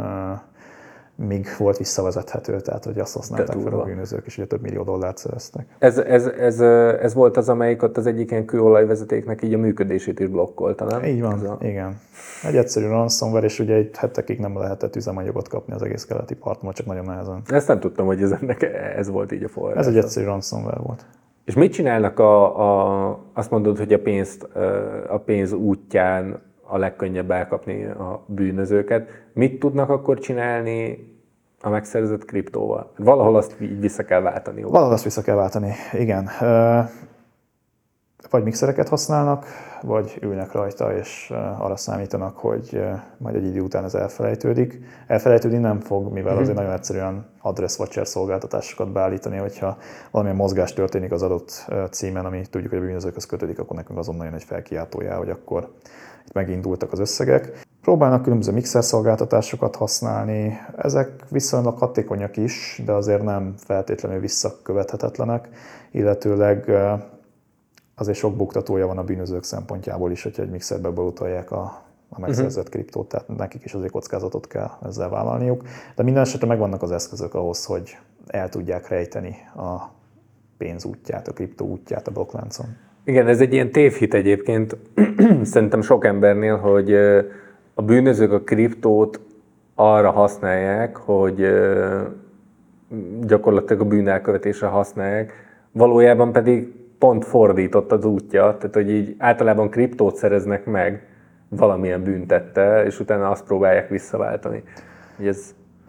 míg volt visszavezethető, tehát hogy azt használták fel a bűnözők, és ugye több millió dollárt szereztek. Ez, ez, ez, ez volt az, amelyik ott az egyik ilyen kőolajvezetéknek így a működését is blokkolta, nem? Így van, a... igen. Egy egyszerű ransomware, és ugye itt hetekig nem lehetett üzemanyagot kapni az egész keleti parton, csak nagyon nehezen. Ezt nem tudtam, hogy ez, ennek, ez volt így a forrás. Ez egy egyszerű ransomware volt. És mit csinálnak a, a azt mondod, hogy a pénzt, a pénz útján a legkönnyebb elkapni a bűnözőket. Mit tudnak akkor csinálni a megszerzett kriptóval? Valahol azt így vissza kell váltani. Valahol azt vissza kell váltani, igen. Vagy mixereket használnak, vagy ülnek rajta, és arra számítanak, hogy majd egy idő után ez elfelejtődik. Elfelejtődni nem fog, mivel azért nagyon egyszerűen address watcher szolgáltatásokat beállítani, hogyha valamilyen mozgás történik az adott címen, ami tudjuk, hogy a bűnözőkhöz kötődik, akkor nekünk azonnal jön egy felkiáltójá, hogy akkor itt megindultak az összegek. Próbálnak különböző mixer szolgáltatásokat használni, ezek viszonylag hatékonyak is, de azért nem feltétlenül visszakövethetetlenek, illetőleg azért sok buktatója van a bűnözők szempontjából is, hogyha egy mixerbe beutalják a, a megszerzett kriptót, tehát nekik is azért kockázatot kell ezzel vállalniuk. De minden esetre megvannak az eszközök ahhoz, hogy el tudják rejteni a pénz útját, a kriptó útját a blokkláncon. Igen, ez egy ilyen tévhit egyébként, szerintem sok embernél, hogy a bűnözők a kriptót arra használják, hogy gyakorlatilag a bűnelkövetésre használják, valójában pedig pont fordított az útja, tehát hogy így általában kriptót szereznek meg valamilyen bűntettel, és utána azt próbálják visszaváltani. Ez...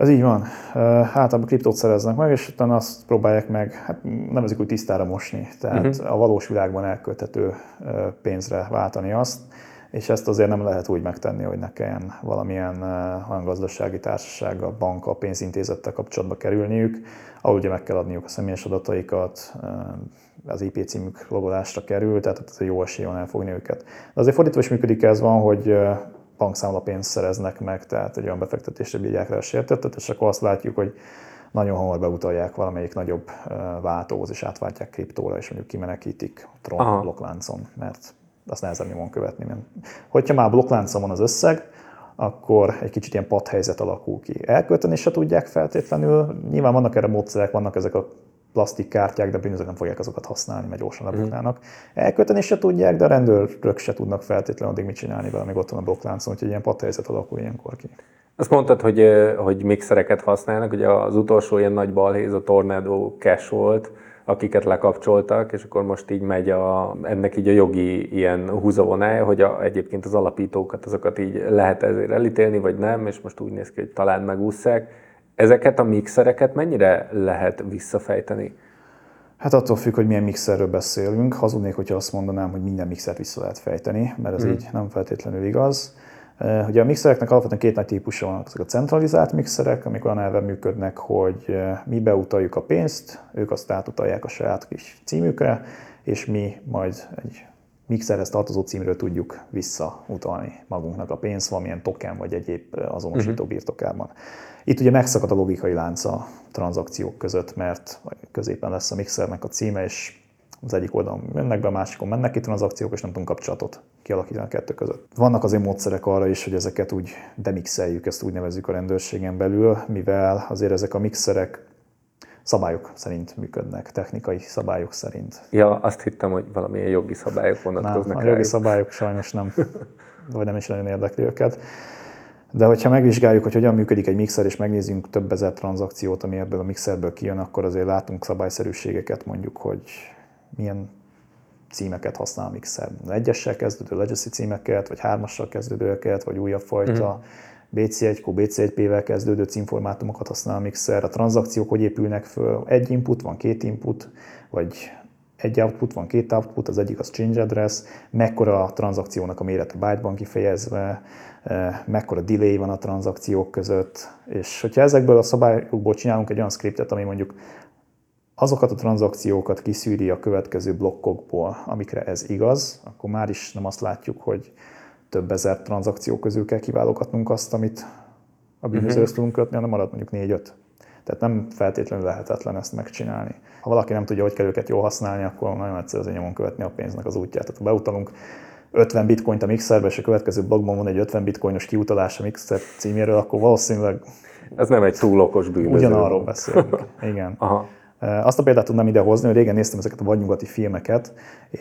Ez így van. Általában kriptót szereznek meg, és utána azt próbálják meg, hát nevezik úgy tisztára mosni, tehát uh-huh. a valós világban elkölthető pénzre váltani azt, és ezt azért nem lehet úgy megtenni, hogy ne kelljen valamilyen olyan gazdasági társasággal, bankkal, pénzintézettel kapcsolatba kerülniük, ahol ugye meg kell adniuk a személyes adataikat, az i pé címük logolásra kerül, tehát ez jó esély van elfogni őket. De azért fordítva is működik, ez van, hogy bankszámlapénzt szereznek meg, tehát egy olyan befektetésre bírják rá a sértettet, és akkor azt látjuk, hogy nagyon hamar beutalják valamelyik nagyobb váltóhoz, és átváltják kriptóra, és mondjuk kimenekítik Tron blokkláncon, mert azt nehezebb nyomon követni. Hogyha már blokkláncon van az összeg, akkor egy kicsit ilyen padhelyzet alakul ki. Elkölteni se tudják feltétlenül. Nyilván vannak erre módszerek, vannak ezek a plastik kártyák, de bűnözők nem fogják azokat használni, mert gyorsan lebuknának. Elkölteni se tudják, de a rendőrök se tudnak feltétlenül addig mit csinálni vele, még ott van a blokkláncon, úgyhogy ilyen padhelyzet alakul ilyenkor ki. Azt mondtad, hogy, hogy mixereket használnak, ugye az utolsó ilyen nagy balhéz a Tornado Cash volt, akiket lekapcsoltak, és akkor most így megy a, ennek így a jogi ilyen húzavonája, hogy a, egyébként az alapítókat, azokat így lehet ezért elítélni, vagy nem, és most úgy néz ki, hogy talán megússzák. Ezeket a mixereket mennyire lehet visszafejteni? Hát attól függ, hogy milyen mixerről beszélünk. Hazudnék, hogyha azt mondanám, hogy minden mixert vissza lehet fejteni, mert ez mm. így nem feltétlenül igaz. Ugye a mixereknek alapvetően két nagy típusa van, azok a centralizált mixerek, amik olyan elven működnek, hogy mi beutaljuk a pénzt, ők azt átutalják a saját kis címükre, és mi majd egy mixerhez tartozó címről tudjuk visszautalni magunknak a pénzt, valamilyen token vagy egyéb azonosító birtokában. Itt ugye megszakad a logikai lánc a tranzakciók között, mert középen lesz a mixernek a címe, és az egyik oldalon mennek be, a másikon mennek ki tranzakciók, és nem tudunk kapcsolatot kialakítani a kettő között. Vannak azért módszerek arra is, hogy ezeket úgy demixeljük, ezt úgy nevezzük a rendőrségen belül, mivel azért ezek a mixerek szabályok szerint működnek, technikai szabályok szerint. Ja, azt hittem, hogy valamilyen jogi szabályok vonatkoznak nem, a rájuk. jogi szabályok sajnos nem, vagy nem is nagyon érdekli őket. De hogyha megvizsgáljuk, hogy hogyan működik egy mixer, és megnézzünk több ezer tranzakciót, ami ebből a mixerből kijön, akkor azért látunk szabályszerűségeket, mondjuk, hogy milyen címeket használ a mixer. Egyessel kezdődő legacy címeket, vagy hármassal kezdődőket, vagy újabb fajta uh-huh. bé cé egy kó, bé cé egy pével kezdődő címformátumokat használ a mixer. A tranzakciók hogy épülnek föl? Egy input, van két input, vagy egy output, van két output, az egyik az change address, mekkora a tranzakciónak a mérete byte-ban kifejezve, mekkora delay van a tranzakciók között, és hogyha ezekből a szabályokból csinálunk egy olyan scriptet, ami mondjuk azokat a tranzakciókat kiszűri a következő blokkokból, amikre ez igaz, akkor már is nem azt látjuk, hogy több ezer tranzakció közül kell kiválogatnunk azt, amit a bűnözőhöz tudunk kötni, hanem marad mondjuk négy-öt. Tehát nem feltétlenül lehetetlen ezt megcsinálni. Ha valaki nem tudja, hogy kell őket jól használni, akkor nagyon egyszerű az nyomon követni a pénznek az útját. Tehát ha beutalunk ötven bitcoint a mixerbe, és a következő blogban van egy ötven bitcoinos kiutalás a mixer címéről, akkor valószínűleg ez nem egy túl okos bűnöző. Ugyanarról beszélünk. Igen. Aha. Azt a példát tudnám idehozni, hogy régen néztem ezeket a vadnyugati filmeket,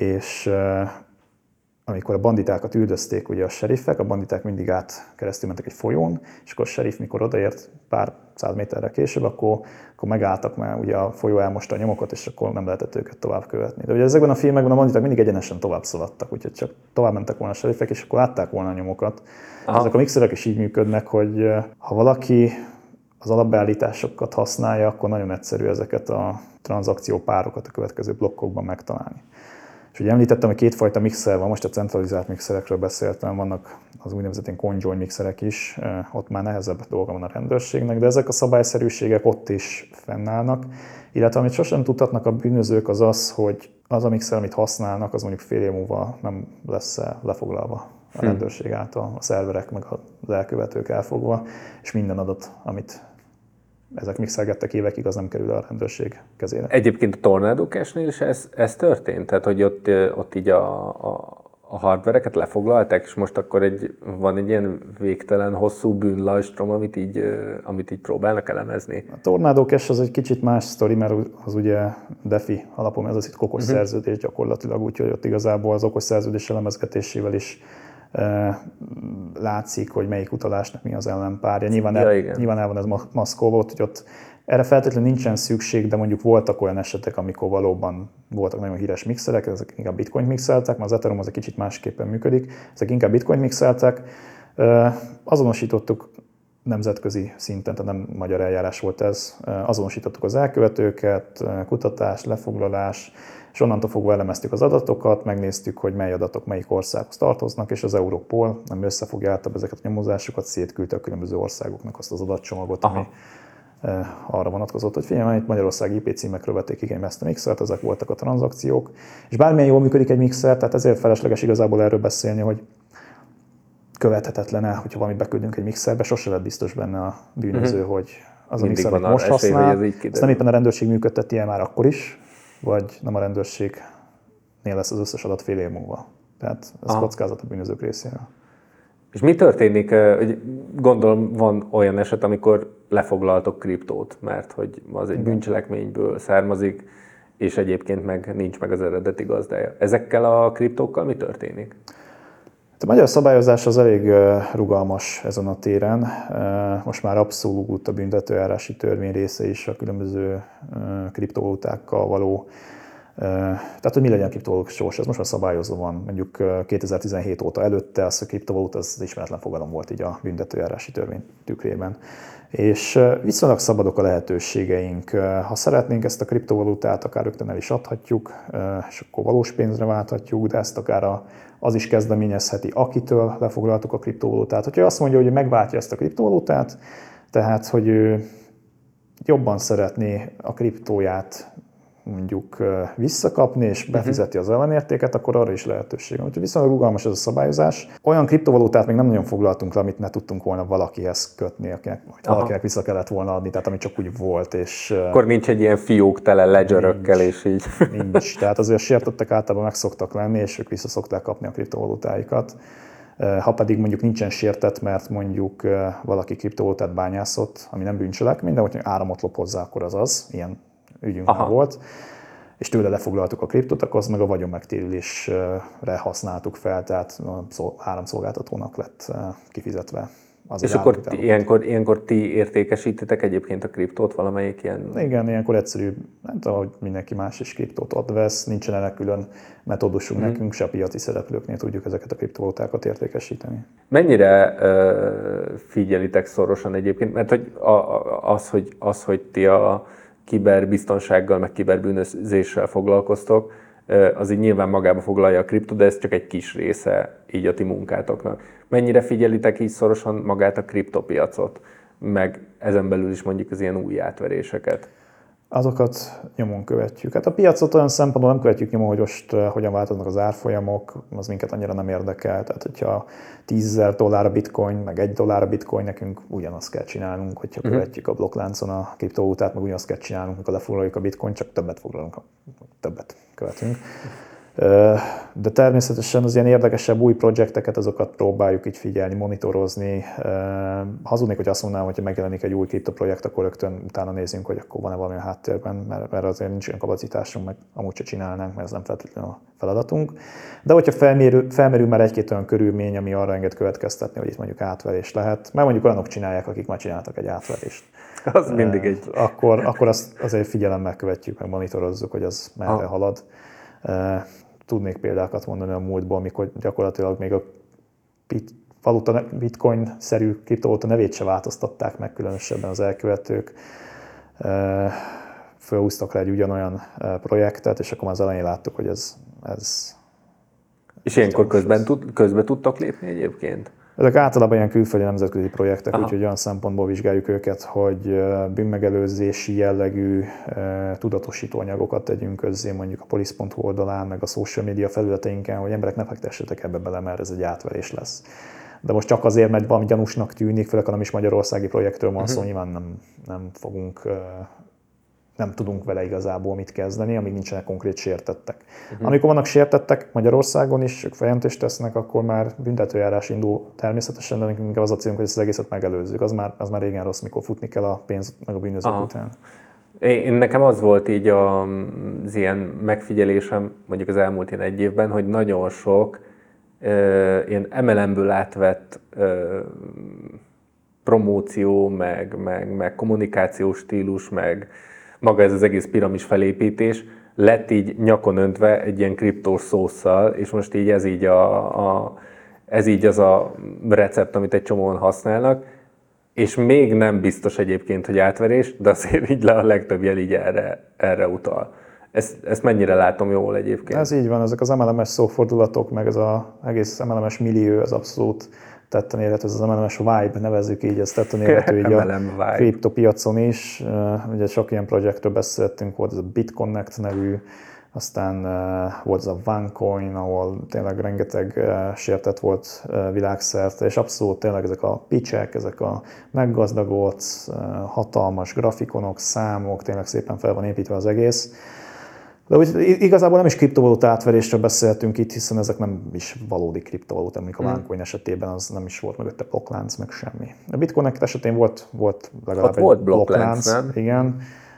és amikor a banditákat üldözték ugye a seriffek, a banditák mindig át keresztül mentek egy folyón, és akkor a seriff, mikor odaért pár száz méterrel később, akkor, akkor megálltak, mert ugye a folyó elmosta a nyomokat, és akkor nem lehetett őket tovább követni. De ugye ezekben a filmekben a banditák mindig egyenesen tovább szaladtak, úgyhogy csak tovább mentek volna a seriffek, és akkor látták volna a nyomokat. Ezek a mixerek is így működnek, hogy ha valaki az alapbeállításokat használja, akkor nagyon egyszerű ezeket a tranzakciópárokat a következő blokkokban megtalálni. És ugye említettem, hogy kétfajta mixer van, most a centralizált mixerekről beszéltem, vannak az úgynevezett ilyen conjoin mixerek is, ott már nehezebb dolga van a rendőrségnek, de ezek a szabályszerűségek ott is fennállnak, illetve amit sosem tudhatnak a bűnözők az az, hogy az a mixer, amit használnak, az mondjuk fél év múlva nem lesz lefoglalva a rendőrség által, a szerverek meg az elkövetők elfogva, és minden adat, amit ezek mixelgettek évekig, az nem kerül a rendőrség kezére. Egyébként a Tornado Cash-nél is ez, ez történt? Tehát, hogy ott, ott így a, a, a hardvereket lefoglalták, és most akkor egy, van egy ilyen végtelen hosszú bűnlajstrom, amit így, amit így próbálnak elemezni? A Tornado Cash az egy kicsit más sztori, mert az ugye DeFi alapon, ez az itt okos uh-huh. szerződés gyakorlatilag, úgyhogy ott igazából az okos szerződés elemezgetésével is látszik, hogy melyik utalásnak mi az ellenpárja. Nyilván, el, ja, nyilván el van ez maszkolva, hogy ott erre feltétlenül nincsen szükség, de mondjuk voltak olyan esetek, amikor valóban voltak nagyon híres mixerek, ezek inkább bitcoin mixeltek, mert az Ethereum az egy kicsit másképpen működik, ezek inkább bitcoin mixeltek. Azonosítottuk nemzetközi szinten, tehát nem magyar eljárás volt ez, azonosítottuk az elkövetőket, kutatás, lefoglalás, és onnantól fogva elemeztük az adatokat, megnéztük, hogy mely adatok melyik országhoz tartoznak, és az Europol, ami összefogja általában ezeket a nyomozásokat, szétküldte a különböző országoknak azt az adatcsomagot, ami Aha. arra vonatkozott, hogy figyelj, itt Magyarország I P címekről vették igénybe ezt a mixert, ezek voltak a tranzakciók, és bármilyen jól működik egy mixer, tehát ezért felesleges igazából erről beszélni, hogy követhetetlen-e, hogyha valamit beküldünk egy mixerbe, sose lett biztos benne a bűnöző, uh-huh. hogy az Mindig a mixer, amit most esély, használ, ezt nem éppen a rendőrség működteti el már akkor is, vagy nem a rendőrségnél lesz az összes adat fél év múlva. Tehát ez Aha. kockázat a bűnözők részéről. És mi történik, gondolom van olyan eset, amikor lefoglaltok kriptót, mert hogy az egy Igen. bűncselekményből származik, és egyébként meg nincs meg az eredeti gazdája. Ezekkel a kriptókkal mi történik? A magyar szabályozás az elég rugalmas ezen a téren. Most már abszolút a büntetőjárási törvény része is a különböző kriptovalutákkal való. Tehát, hogy mi legyen a kriptovaluták sors, ez most már szabályozva van. Mondjuk kétezer-tizenhét óta előtte az a kriptovaluta az ismeretlen fogalom volt így a büntetőjárási törvény tükrében. És viszonylag szabadok a lehetőségeink. Ha szeretnénk ezt a kriptovalutát, akár rögtön el is adhatjuk, és akkor valós pénzre válthatjuk, de ezt akár az is kezdeményezheti, akitől lefoglaltuk a kriptovalutát. Hogyha azt mondja, hogy megváltja ezt a kriptovalutát, tehát, hogy ő jobban szeretné a kriptóját mondjuk visszakapni, és befizeti az ellenértéket, akkor arra is lehetőség van. Úgyhogy viszonylag rugalmas ez a szabályozás. Olyan kriptovalutát még nem nagyon foglaltunk le, amit ne tudtunk volna valakihez kötni, akinek, valakinek vissza kellett volna adni, tehát ami csak úgy volt. És akkor nincs egy ilyen fiók tele ledgerökkel, és így. Nincs. Tehát azért sértettek általában meg szoktak lenni, és ők vissza szokták kapni a kriptovalutáikat. Ha pedig mondjuk nincsen sértett, mert mondjuk valaki kriptovalutát bányászott, ami nem bűncselekmény, de hogyha áramot lop hozzá, akkor az az. Ilyen ügyünk Aha. már volt, és tőle lefoglaltuk a kriptot, akkor azt meg a vagyon megtérülésre használtuk fel, tehát a áramszolgáltatónak lett kifizetve. Az és akkor ti, ilyenkor, ilyenkor ti értékesítitek egyébként a kriptót valamelyik ilyen? Igen, ilyenkor egyszerű, nem tudom, hogy mindenki más is kriptót ad, vesz, nincsen ennek külön metódusunk mm-hmm. nekünk, se a piaci szereplőknél tudjuk ezeket a kriptovalutákat értékesíteni. Mennyire uh, figyelitek szorosan egyébként, mert hogy a, a, az, hogy, az, hogy ti a kiberbiztonsággal, meg kiberbűnözéssel foglalkoztok, az így nyilván magába foglalja a kripto, de ez csak egy kis része így a ti munkátoknak. Mennyire figyelitek így szorosan magát a kriptopiacot, meg ezen belül is mondjuk az ilyen új átveréseket? Azokat nyomon követjük. Hát a piacot olyan szempontból nem követjük nyomon, hogy most uh, hogyan változnak az árfolyamok, az minket annyira nem érdekel. Tehát, hogyha tízezer dollár a bitcoin, meg egy dollár a bitcoin, nekünk ugyanazt kell csinálnunk, hogyha uh-huh. követjük a blokkláncon a kriptovalutát, meg ugyanazt kell csinálnunk, amikor lefoglaljuk a bitcoin, csak többet foglalunk, többet követünk. De természetesen az ilyen érdekesebb új projekteket, azokat próbáljuk így figyelni, monitorozni. Hazudnék, hogy azt mondanám, hogyha megjelenik egy új kriptoprojekt, akkor rögtön utána nézzünk, hogy akkor van-e valami a háttérben, mert, mert azért nincs olyan kapacitásunk, meg amúgy se csinálnánk, mert ez nem feltétlenül a feladatunk. De hogyha felmerül, felmerül már egy-két olyan körülmény, ami arra enged következtetni, hogy itt mondjuk átverés lehet, mert mondjuk olyanok csinálják, akik már csináltak egy átverést. Az mindig egy. Akkor, akkor azt azért figyelemmel követjük, meg monitorozzuk, hogy az merre ha. halad. Tudnék példákat mondani a múltból, amikor gyakorlatilag még a bit, valuta, bitcoin-szerű kriptovaluta nevét se változtatták meg, különösebben az elkövetők. Fölhúztak rá egy ugyanolyan projektet, és akkor már az elején láttuk, hogy ez... ez és ilyenkor közben, tud, közben tudtak lépni egyébként? Ezek általában ilyen külföldi nemzetközi projektek, Aha. úgyhogy olyan szempontból vizsgáljuk őket, hogy bűnmegelőzési jellegű tudatosító anyagokat tegyünk közzé, mondjuk a police pont hu oldalán, meg a social media felületeinken, hogy emberek ne fektessetek ebbe bele, mert ez egy átverés lesz. De most csak azért, mert valami gyanúsnak tűnik, főleg ha nem is magyarországi projektről van szó, uh-huh. nyilván nem, nem fogunk... nem tudunk vele igazából mit kezdeni, amíg nincsenek konkrét sértettek. Uh-huh. Amikor vannak sértettek Magyarországon is, ők feljelentést tesznek, akkor már büntetőjárás indul természetesen, de nekünk az a célunk, hogy ezt az egészet megelőzzük. Az már, az már régen rossz, mikor futni kell a pénz meg a bűnözők Aha. után. Én, nekem az volt így az ilyen megfigyelésem mondjuk az elmúlt ilyen egy évben, hogy nagyon sok uh, ilyen em el em-ből átvett uh, promóció, meg, meg, meg kommunikációs stílus, meg maga ez az egész piramis felépítés lett így nyakon öntve egy ilyen kriptós szósszal, és most így ez így, a, a, ez így az a recept, amit egy csomóan használnak, és még nem biztos egyébként, hogy átverés, de azért így le a legtöbb jel így erre, erre utal. Ezt, ezt mennyire látom jól egyébként? Ez így van, ezek az em el em es szófordulatok, meg ez az egész em el em es millió, az abszolút tetten érhető, ez az em el em es vibe, nevezzük így, ez tetten érhető így a kriptopiacon is. Ugye sok ilyen projektről beszéltünk, volt ez a BitConnect nevű, aztán volt ez a OneCoin, ahol tényleg rengeteg sértett volt világszerte, és abszolút tényleg ezek a pitchek, ezek a meggazdagolt, hatalmas grafikonok, számok, tényleg szépen fel van építve az egész. De úgy, igazából nem is kriptovaluta átverésről beszéltünk itt, hiszen ezek nem is valódi kriptovaluta, amik a hmm. OneCoin esetében az nem is volt mögötte blokklánc, meg semmi. A Bitcoin esetén volt, volt legalább ott egy volt blokklánc, igen,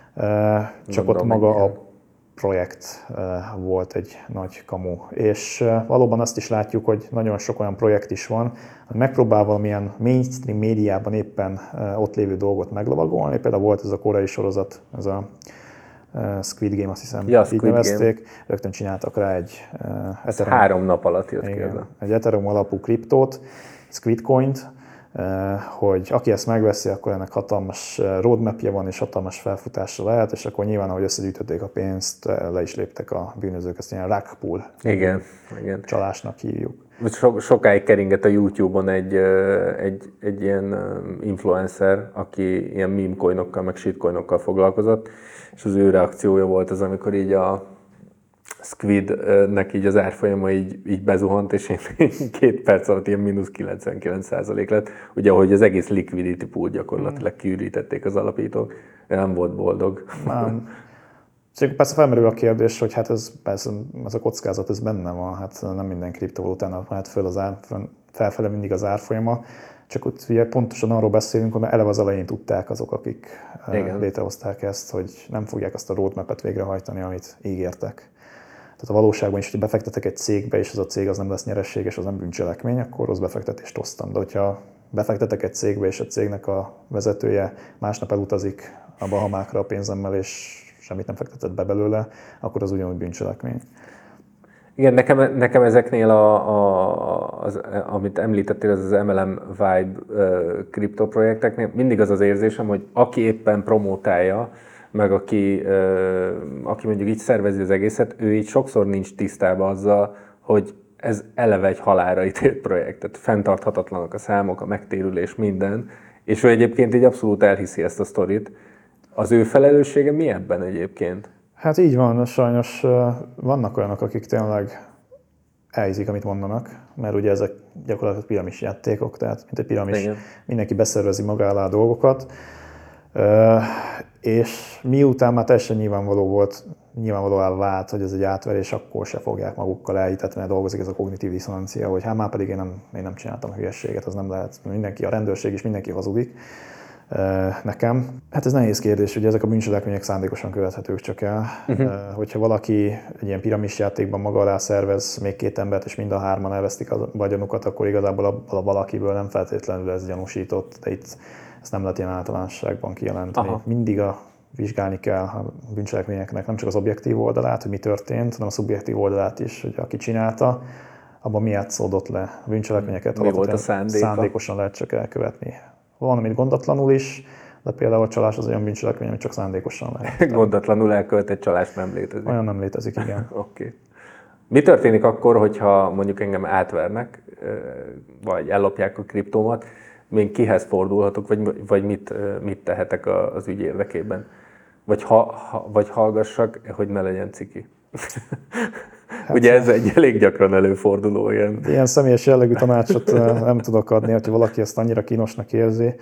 csak ott maga a projekt volt egy nagy kamu. És valóban azt is látjuk, hogy nagyon sok olyan projekt is van, hogy megpróbál valamilyen mainstream médiában éppen ott lévő dolgot meglovagolni. Például volt ez a koreai sorozat, ez a Squid Game, azt hiszem, ja, így nevezték. Game. Rögtön csináltak rá egy Ethereum, három nap alatt jött ki. Egy Ethereum alapú kriptót, Squid Coint, hogy aki ezt megveszi, akkor ennek hatalmas roadmapje van, és hatalmas felfutása lehet, és akkor nyilván, ahogy összegyűjtötték a pénzt, le is léptek a bűnözők, ezt ilyen rug pull igen, igen. csalásnak hívjuk. So, sokáig keringett a YouTube-on egy, egy, egy ilyen influencer, aki ilyen meme coinokkal, meg shitcoinokkal foglalkozott, és az ő reakciója volt az, amikor így a Squidnek így az árfolyama így, így bezuhant, és így két perc alatt ilyen mínusz kilencvenkilenc százalék lett. Ugye, ahogy az egész liquidity pool gyakorlatilag kiürítették az alapítók, nem volt boldog. Nem. Persze felmerül a kérdés, hogy hát ez, persze, ez a kockázat ez benne van, hát nem minden kriptovalutának mehet föl az ár, felfele mindig az árfolyama, csak ott ugye pontosan arról beszélünk, hogy eleve az elején tudták azok, akik igen. létrehozták ezt, hogy nem fogják azt a roadmap-et végrehajtani, amit ígértek. Tehát a valóságban is, hogy befektetek egy cégbe, és az a cég az nem lesz nyereséges, az nem bűncselekmény, akkor rossz befektetést hoztam. De hogyha befektetek egy cégbe, és a cégnek a vezetője másnap elutazik a Bahamákra a pénzemmel, és semmit nem fektetett be belőle, akkor az ugyanúgy bűncselekmény. Igen, nekem, nekem ezeknél, a, a, az, amit említettél, az az em el em Vibe kriptoprojekteknél, mindig az az érzésem, hogy aki éppen promótálja, meg aki, aki mondjuk így szervezi az egészet, ő így sokszor nincs tisztában azzal, hogy ez eleve egy halálra ítélt projekt. Tehát fenntarthatatlanok a számok, a megtérülés, minden. És ő egyébként így abszolút elhiszi ezt a sztorit. Az ő felelőssége mi ebben egyébként? Hát így van, sajnos vannak olyanok, akik tényleg elhiszik, amit mondanak, mert ugye ezek gyakorlatilag piramis játékok, tehát mint egy piramis, igen. Mindenki beszervezi maga alá a dolgokat. Uh, és miután már teljesen nyilvánvaló volt, nyilvánvalóan vált, hogy ez egy átverés, akkor se fogják magukkal elhitetni, mert dolgozik ez a kognitív diszonancia, hogy hát már pedig én nem, én nem csináltam a hülyességet, az nem lehet. Mindenki, a rendőrség is mindenki hazudik uh, nekem. Hát ez nehéz kérdés, hogy ezek a bűncselekmények szándékosan követhetők csak el. Uh-huh. Uh, hogyha valaki egy ilyen piramisjátékban maga alá szervez még két embert, és mind a hárman elvesztik a vagyonukat, akkor igazából abból a valakiből nem feltétlenül ez gyanúsított, de itt ezt nem lehet ilyen általánosságban kijelenteni. Aha. Mindig a, vizsgálni kell a bűncselekményeknek nem csak az objektív oldalát, hogy mi történt, hanem a szubjektív oldalát is, hogy aki csinálta, abban mi játszódott le a bűncselekményeket. Mi volt a szándéka? Szándékosan lehet csak elkövetni. Van, amit gondatlanul is, de például a csalás az olyan bűncselekmény, amit csak szándékosan lehet. Gondatlanul elkövetett csalás nem létezik. Olyan nem létezik, igen. Oké. Okay. Mi történik akkor, hogyha mondjuk engem átvernek, vagy ellopják a kriptómat, még kihez fordulhatok, vagy, vagy mit, mit tehetek az ügy érdekében? Vagy, ha, ha, vagy hallgassak, hogy ne legyen ciki. Hát, ugye ez egy elég gyakran előforduló ilyen. Ilyen személyes jellegű tanácsot nem tudok adni, hogyha valaki ezt annyira kínosnak érzi.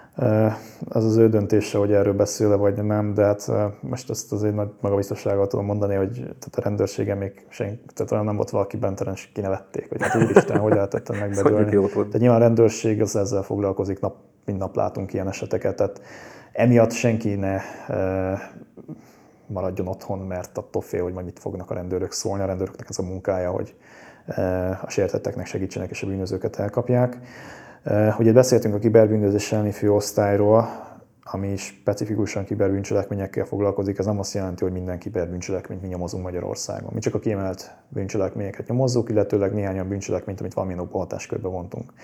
Az az ő döntése, hogy erről beszél vagy nem, de hát most ezt azért nagy magabiztossággal tudom mondani, hogy tehát a rendőrségen még senki, tehát olyan nem volt valaki bentelen, és kinevették, hogy hát úristen, hogy lehetett ennek bedőlni. Tehát nyilván a rendőrség az ezzel foglalkozik, nap, mind nap látunk ilyen eseteket, tehát emiatt senki ne e, maradjon otthon, mert attól fél, hogy majd mit fognak a rendőrök szólni. A rendőröknek ez a munkája, hogy e, a sértetteknek segítsenek és a bűnözőket elkapják. Ugye beszéltünk a kiberbűnözés elleni főosztályról, ami specifikusan kiberbűncselekményekkel foglalkozik. Ez nem azt jelenti, hogy minden kiberbűncselekményt mi nyomozunk Magyarországon. Mi csak a kiemelt bűncselekményeket nyomozzuk, illetőleg néhány olyan bűncselekményt, amit valamilyen hatáskörbe vontunk.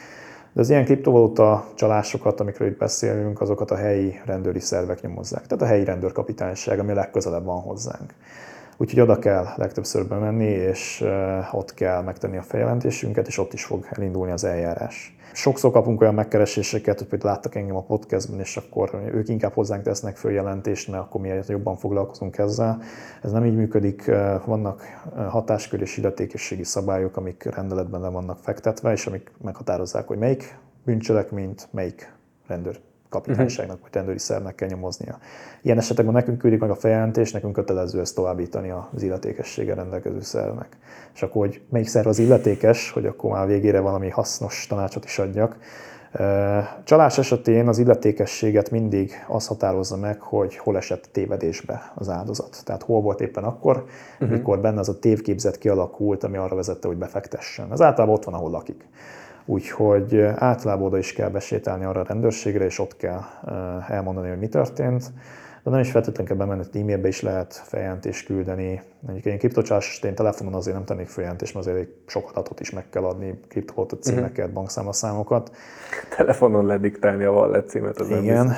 De az ilyen kriptovaluta csalásokat, amikről itt beszélünk, azokat a helyi rendőri szervek nyomozzák. Tehát a helyi rendőrkapitányság, ami legközelebb van hozzánk. Úgyhogy oda kell legtöbbször bemenni, és ott kell megtenni a feljelentésünket, és ott is fog elindulni az eljárás. Sokszor kapunk olyan megkereséseket, hogy például láttak engem a podcastben, és akkor ők inkább hozzánk tesznek följelentést, mert akkor mi jobban foglalkozunk ezzel. Ez nem így működik, vannak hatáskör és illetékességi szabályok, amik rendeletben le vannak fektetve, és amik meghatározzák, hogy melyik bűncselekményt, melyik rendőr kapitányságnak vagy rendőri szervnek kell nyomoznia. Ilyen esetekben nekünk küldik meg a feljelentést, nekünk kötelező ezt továbbítani az illetékességgel rendelkező szervnek. És akkor, hogy melyik szerv az illetékes, hogy akkor már végére valami hasznos tanácsot is adjak. Csalás esetén az illetékességet mindig az határozza meg, hogy hol esett tévedésbe az áldozat. Tehát hol volt éppen akkor, uh-huh. mikor benne az a tévképzet kialakult, ami arra vezette, hogy befektessen. Az általában ott van, ahol lakik. Úgyhogy általában oda is kell besétálni arra a rendőrségre, és ott kell elmondani, hogy mi történt. De nem is feltétlenül kell bemenni, e-mailbe is lehet feljelentést küldeni. Mondjuk én kriptocsalás esetén telefonon azért nem tennék feljelentést, mert azért sok adatot is meg kell adni, kriptovaluta címeket, uh-huh. bankszámlaszámokat. Telefonon lediktálni a wallet címet az igen,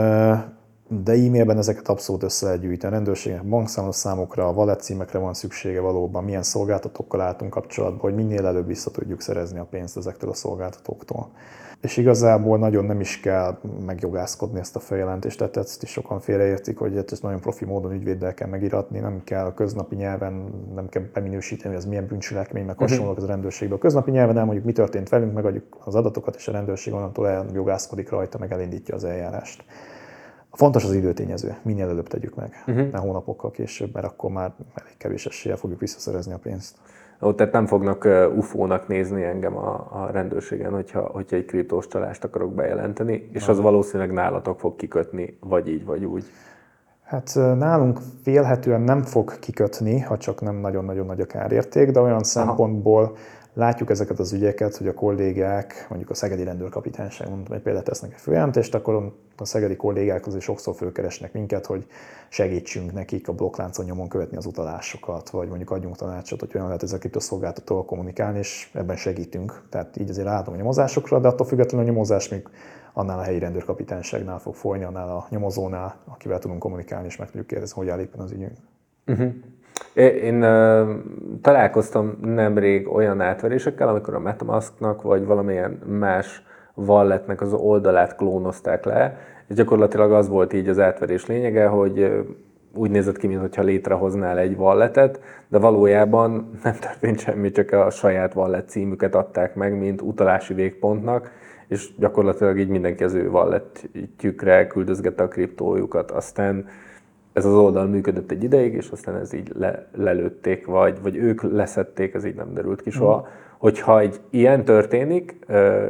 de e-mailben ezeket abszolút össze lehet gyűjteni. A rendőrségnek bankszámlaszámokra, a wallet címekre van szüksége valóban, milyen szolgáltatókkal álltunk kapcsolatban, hogy minél előbb vissza tudjuk szerezni a pénzt ezektől a szolgáltatóktól. És igazából nagyon nem is kell megjogászkodni ezt a feljelentést, tehát ezt is sokan félreértik, hogy ezt nagyon profi módon ügyvéddel kell megiratni, nem kell a köznapi nyelven, nem kell beminősíteni, hogy ez milyen bűncselekmény, meg hasonlók az a rendőrségből. A köznapi nyelven elmondjuk, mi történt velünk, megadjuk az adatokat, és a rendőrség onnantól eljogászkodik rajta, meg elindítja az eljárást. Fontos az időtényező, minél előbb tegyük meg, uh-huh. ne hónapokkal később, mert akkor már elég kevés eséllyel fogjuk visszaszerezni a pénzt. Ó, tehát nem fognak ufónak nézni engem a, a rendőrségen, hogyha, hogyha egy kriptós csalást akarok bejelenteni, és az valószínűleg nálatok fog kikötni, vagy így, vagy úgy. Hát nálunk félhetően nem fog kikötni, ha csak nem nagyon-nagyon nagy a kárérték, de olyan szempontból Aha. látjuk ezeket az ügyeket, hogy a kollégák, mondjuk a szegedi rendőrkapitányság, mondtam, hogy például tesznek egy följelentést, akkor a szegedi kollégák azért sokszor fölkeresnek minket, hogy segítsünk nekik a blokkláncon nyomon követni az utalásokat, vagy mondjuk adjunk tanácsot, hogy olyan lehet ezek a szolgáltatóval kommunikálni, és ebben segítünk. Tehát így azért állhatunk a nyomozásokra, de attól függetlenül a nyomozás még annál a helyi rendőrkapitányságnál fog folyni, annál a nyomozónál, akivel tudunk kommunikálni, és meg tudjuk kérdezni, hogy áll éppen az ügyünk. Uh-huh. Én uh, találkoztam nemrég olyan átverésekkel, amikor a MetaMasknak vagy valamilyen más walletnek az oldalát klónozták le, és gyakorlatilag az volt így az átverés lényege, hogy úgy nézett ki, mintha létrehoznál egy walletet, de valójában nem történt semmi, csak a saját wallet címüket adták meg, mint utalási végpontnak, és gyakorlatilag így mindenki az ő walletjükre küldözgette a kriptójukat. Aztán ez az oldal működött egy ideig, és aztán ez így le, lelőtték, vagy, vagy ők leszették, ez így nem derült ki soha. Mm. Hogyha egy ilyen történik,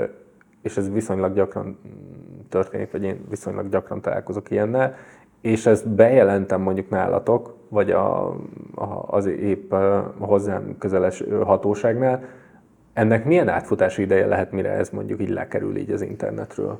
és ez viszonylag gyakran történik, vagy én viszonylag gyakran találkozok ilyennel, és ezt bejelentem mondjuk nálatok, vagy a, a, az épp hozzám közeles hatóságnál, ennek milyen átfutási ideje lehet, mire ez mondjuk így lekerül így az internetről?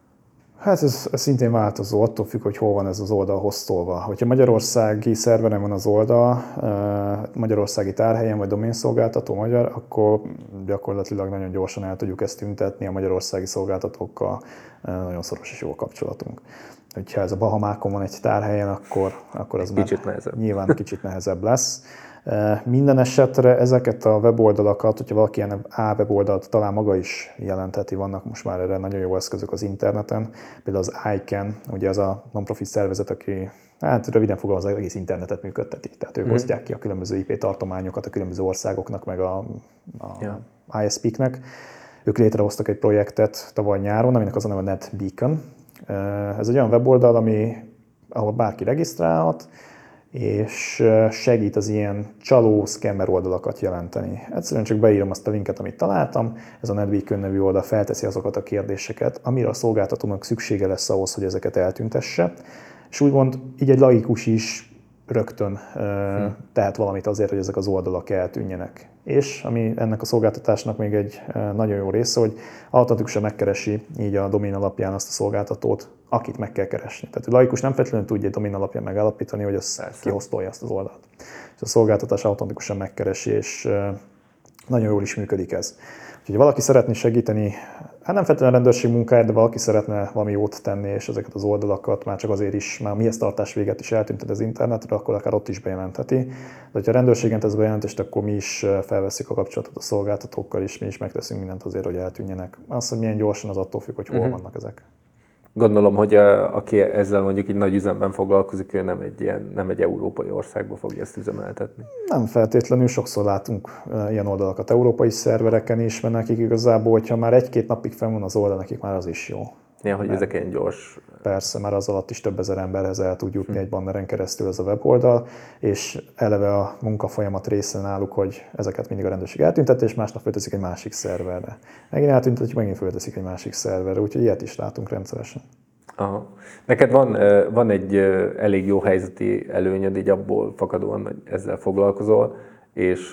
Hát ez, ez szintén változó, attól függ, hogy hol van ez az oldal hoztolva. Hogyha magyarországi szerveren van az oldal, magyarországi tárhelyen vagy doménszolgáltató magyar, akkor gyakorlatilag nagyon gyorsan el tudjuk ezt tüntetni, a magyarországi szolgáltatókkal nagyon szoros és jó kapcsolatunk. Ha ez a Bahamákon van egy tárhelyen, akkor, akkor az kicsit már nehezebb. Nyilván kicsit nehezebb lesz. Minden esetre ezeket a weboldalakat, hogyha valaki ilyen A weboldalt talán maga is jelentheti, vannak most már erre nagyon jó eszközök az interneten, például az I C A N, ugye az a non-profit szervezet, aki hát röviden fogalmazva az egész internetet működteti. Tehát ők mm. osztják ki a különböző I P tartományokat a különböző országoknak, meg a, a yeah. I S P-knek. Ők létrehoztak egy projektet tavaly nyáron, aminek az a neve NetBeacon. Ez egy olyan weboldal, ami, ahol bárki regisztrálhat, és segít az ilyen csaló, scammer oldalakat jelenteni. Egyszerűen csak beírom azt a linket, amit találtam, ez a NetBeacon nevű oldal felteszi azokat a kérdéseket, amire a szolgáltatónak szüksége lesz ahhoz, hogy ezeket eltüntesse, és úgymond így egy laikus is rögtön hmm. tehet valamit azért, hogy ezek az oldalak eltűnjenek. És ami ennek a szolgáltatásnak még egy nagyon jó része, hogy automatikusan megkeresi így a domén alapján azt a szolgáltatót, akit meg kell keresni. Tehát a laikus nem feltétlenül tudja egy domén alapján megállapítani, hogy az kihoztolja azt az oldalt. És a szolgáltatás automatikusan megkeresi, és nagyon jól is működik ez. Úgyhogy ha valaki szeretné segíteni hát nem feltétlenül a rendőrség munkáját, de valaki szeretne valami jót tenni, és ezeket az oldalakat már csak azért is, már mihez tartás véget is eltünted az internetre, akkor akár ott is bejelentheti. De hogyha a rendőrségen tesz bejelentést, akkor mi is felveszik a kapcsolatot a szolgáltatókkal, és mi is megteszünk mindent azért, hogy eltűnjenek. Az, hogy milyen gyorsan, az attól függ, hogy hol uh-huh. vannak ezek. Gondolom, hogy a, aki ezzel mondjuk egy nagy üzemben foglalkozik, ő nem egy, ilyen, nem egy európai országba fogja ezt üzemeltetni. Nem feltétlenül, sokszor látunk ilyen oldalakat európai szervereken is, mert nekik igazából, hogyha már egy-két napig fenn van az oldal, nekik már az is jó. Ja, hogy ezek ilyen gyors. Persze, már az alatt is több ezer emberhez el tud jutni hm. egy banneren keresztül ez a weboldal, és eleve a munkafolyamat része náluk, hogy ezeket mindig a rendőrség eltünteti, és másnap fölteszik egy másik szerverre. Megint eltüntetjük, megint fölteszik egy másik szerverre, úgyhogy ilyet is látunk rendszeresen. Aha. Neked van, van egy elég jó helyzeti előnyöd, így abból fakadóan, hogy ezzel foglalkozol, és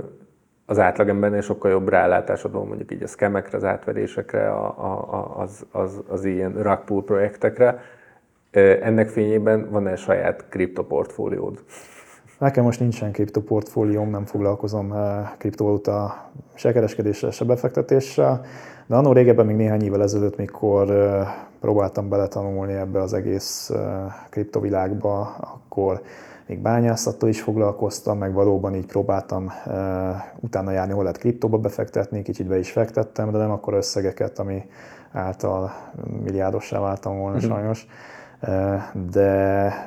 az átlagembernél sokkal jobb rálátásod van mondjuk így a scamekre, az átverésekre, a, a, az, az, az ilyen rug pull projektekre. Ennek fényében van-e saját kriptoportfóliód? Nekem most nincsen kriptoportfólióm, nem foglalkozom kriptovaluta se kereskedéssel, se befektetéssel, de annó régebben, még néhány évvel ezelőtt, mikor próbáltam beletanulni ebbe az egész kriptovilágba, akkor még bányászattal is foglalkoztam, meg valóban így próbáltam uh, utána járni, hol lehet kriptóba befektetni, kicsit be is fektettem, de nem akkor összegeket, ami által milliárdossá váltam volna mm-hmm. sajnos. Uh, de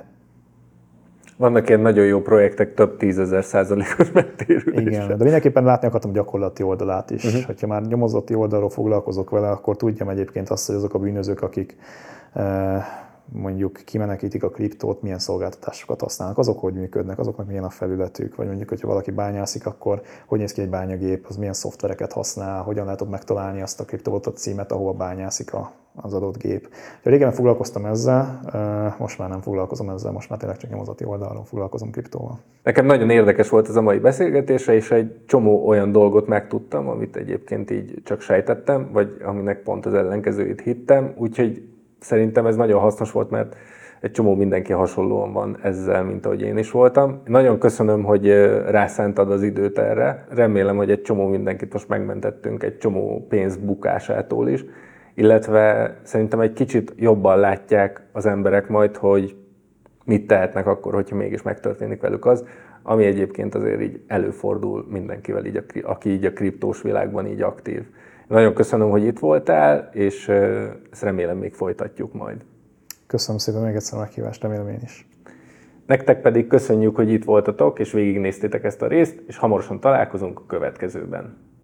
vannak ilyen nagyon jó projektek, több tízezer százalékos megtérüléssel. Igen, de mindenképpen látni akartam gyakorlati oldalát is. Uh-huh. Ha már nyomozati oldalról foglalkozok vele, akkor tudjam egyébként azt, hogy azok a bűnözők, akik uh, mondjuk kimenekítik a kriptót, milyen szolgáltatásokat használnak, azok hogy működnek, azoknak milyen a felületük, vagy mondjuk, hogyha valaki bányászik, akkor hogy néz ki egy bányagép, az milyen szoftvereket használ, hogyan lehet megtalálni azt a kriptovaluta címet, ahova bányászik a, az adott gép. Régen foglalkoztam ezzel, most már nem foglalkozom ezzel, most már tényleg csak nyomozati oldalon foglalkozom kriptóval. Nekem nagyon érdekes volt ez a mai beszélgetése, és egy csomó olyan dolgot megtudtam, amit egyébként így csak sejtettem, vagy aminek pont az ellenkezőjét hittem, úgyhogy szerintem ez nagyon hasznos volt, mert egy csomó mindenki hasonlóan van ezzel, mint ahogy én is voltam. Nagyon köszönöm, hogy rászántad az időt erre. Remélem, hogy egy csomó mindenkit most megmentettünk egy csomó pénz bukásától is, illetve szerintem egy kicsit jobban látják az emberek majd, hogy mit tehetnek akkor, hogyha mégis megtörténik velük az, ami egyébként azért így előfordul mindenkivel, így a, aki így a kriptós világban így aktív. Nagyon köszönöm, hogy itt voltál, és ezt remélem még folytatjuk majd. Köszönöm szépen még egyszer a meghívást, remélem én is. Nektek pedig köszönjük, hogy itt voltatok, és végignéztétek ezt a részt, és hamarosan találkozunk a következőben.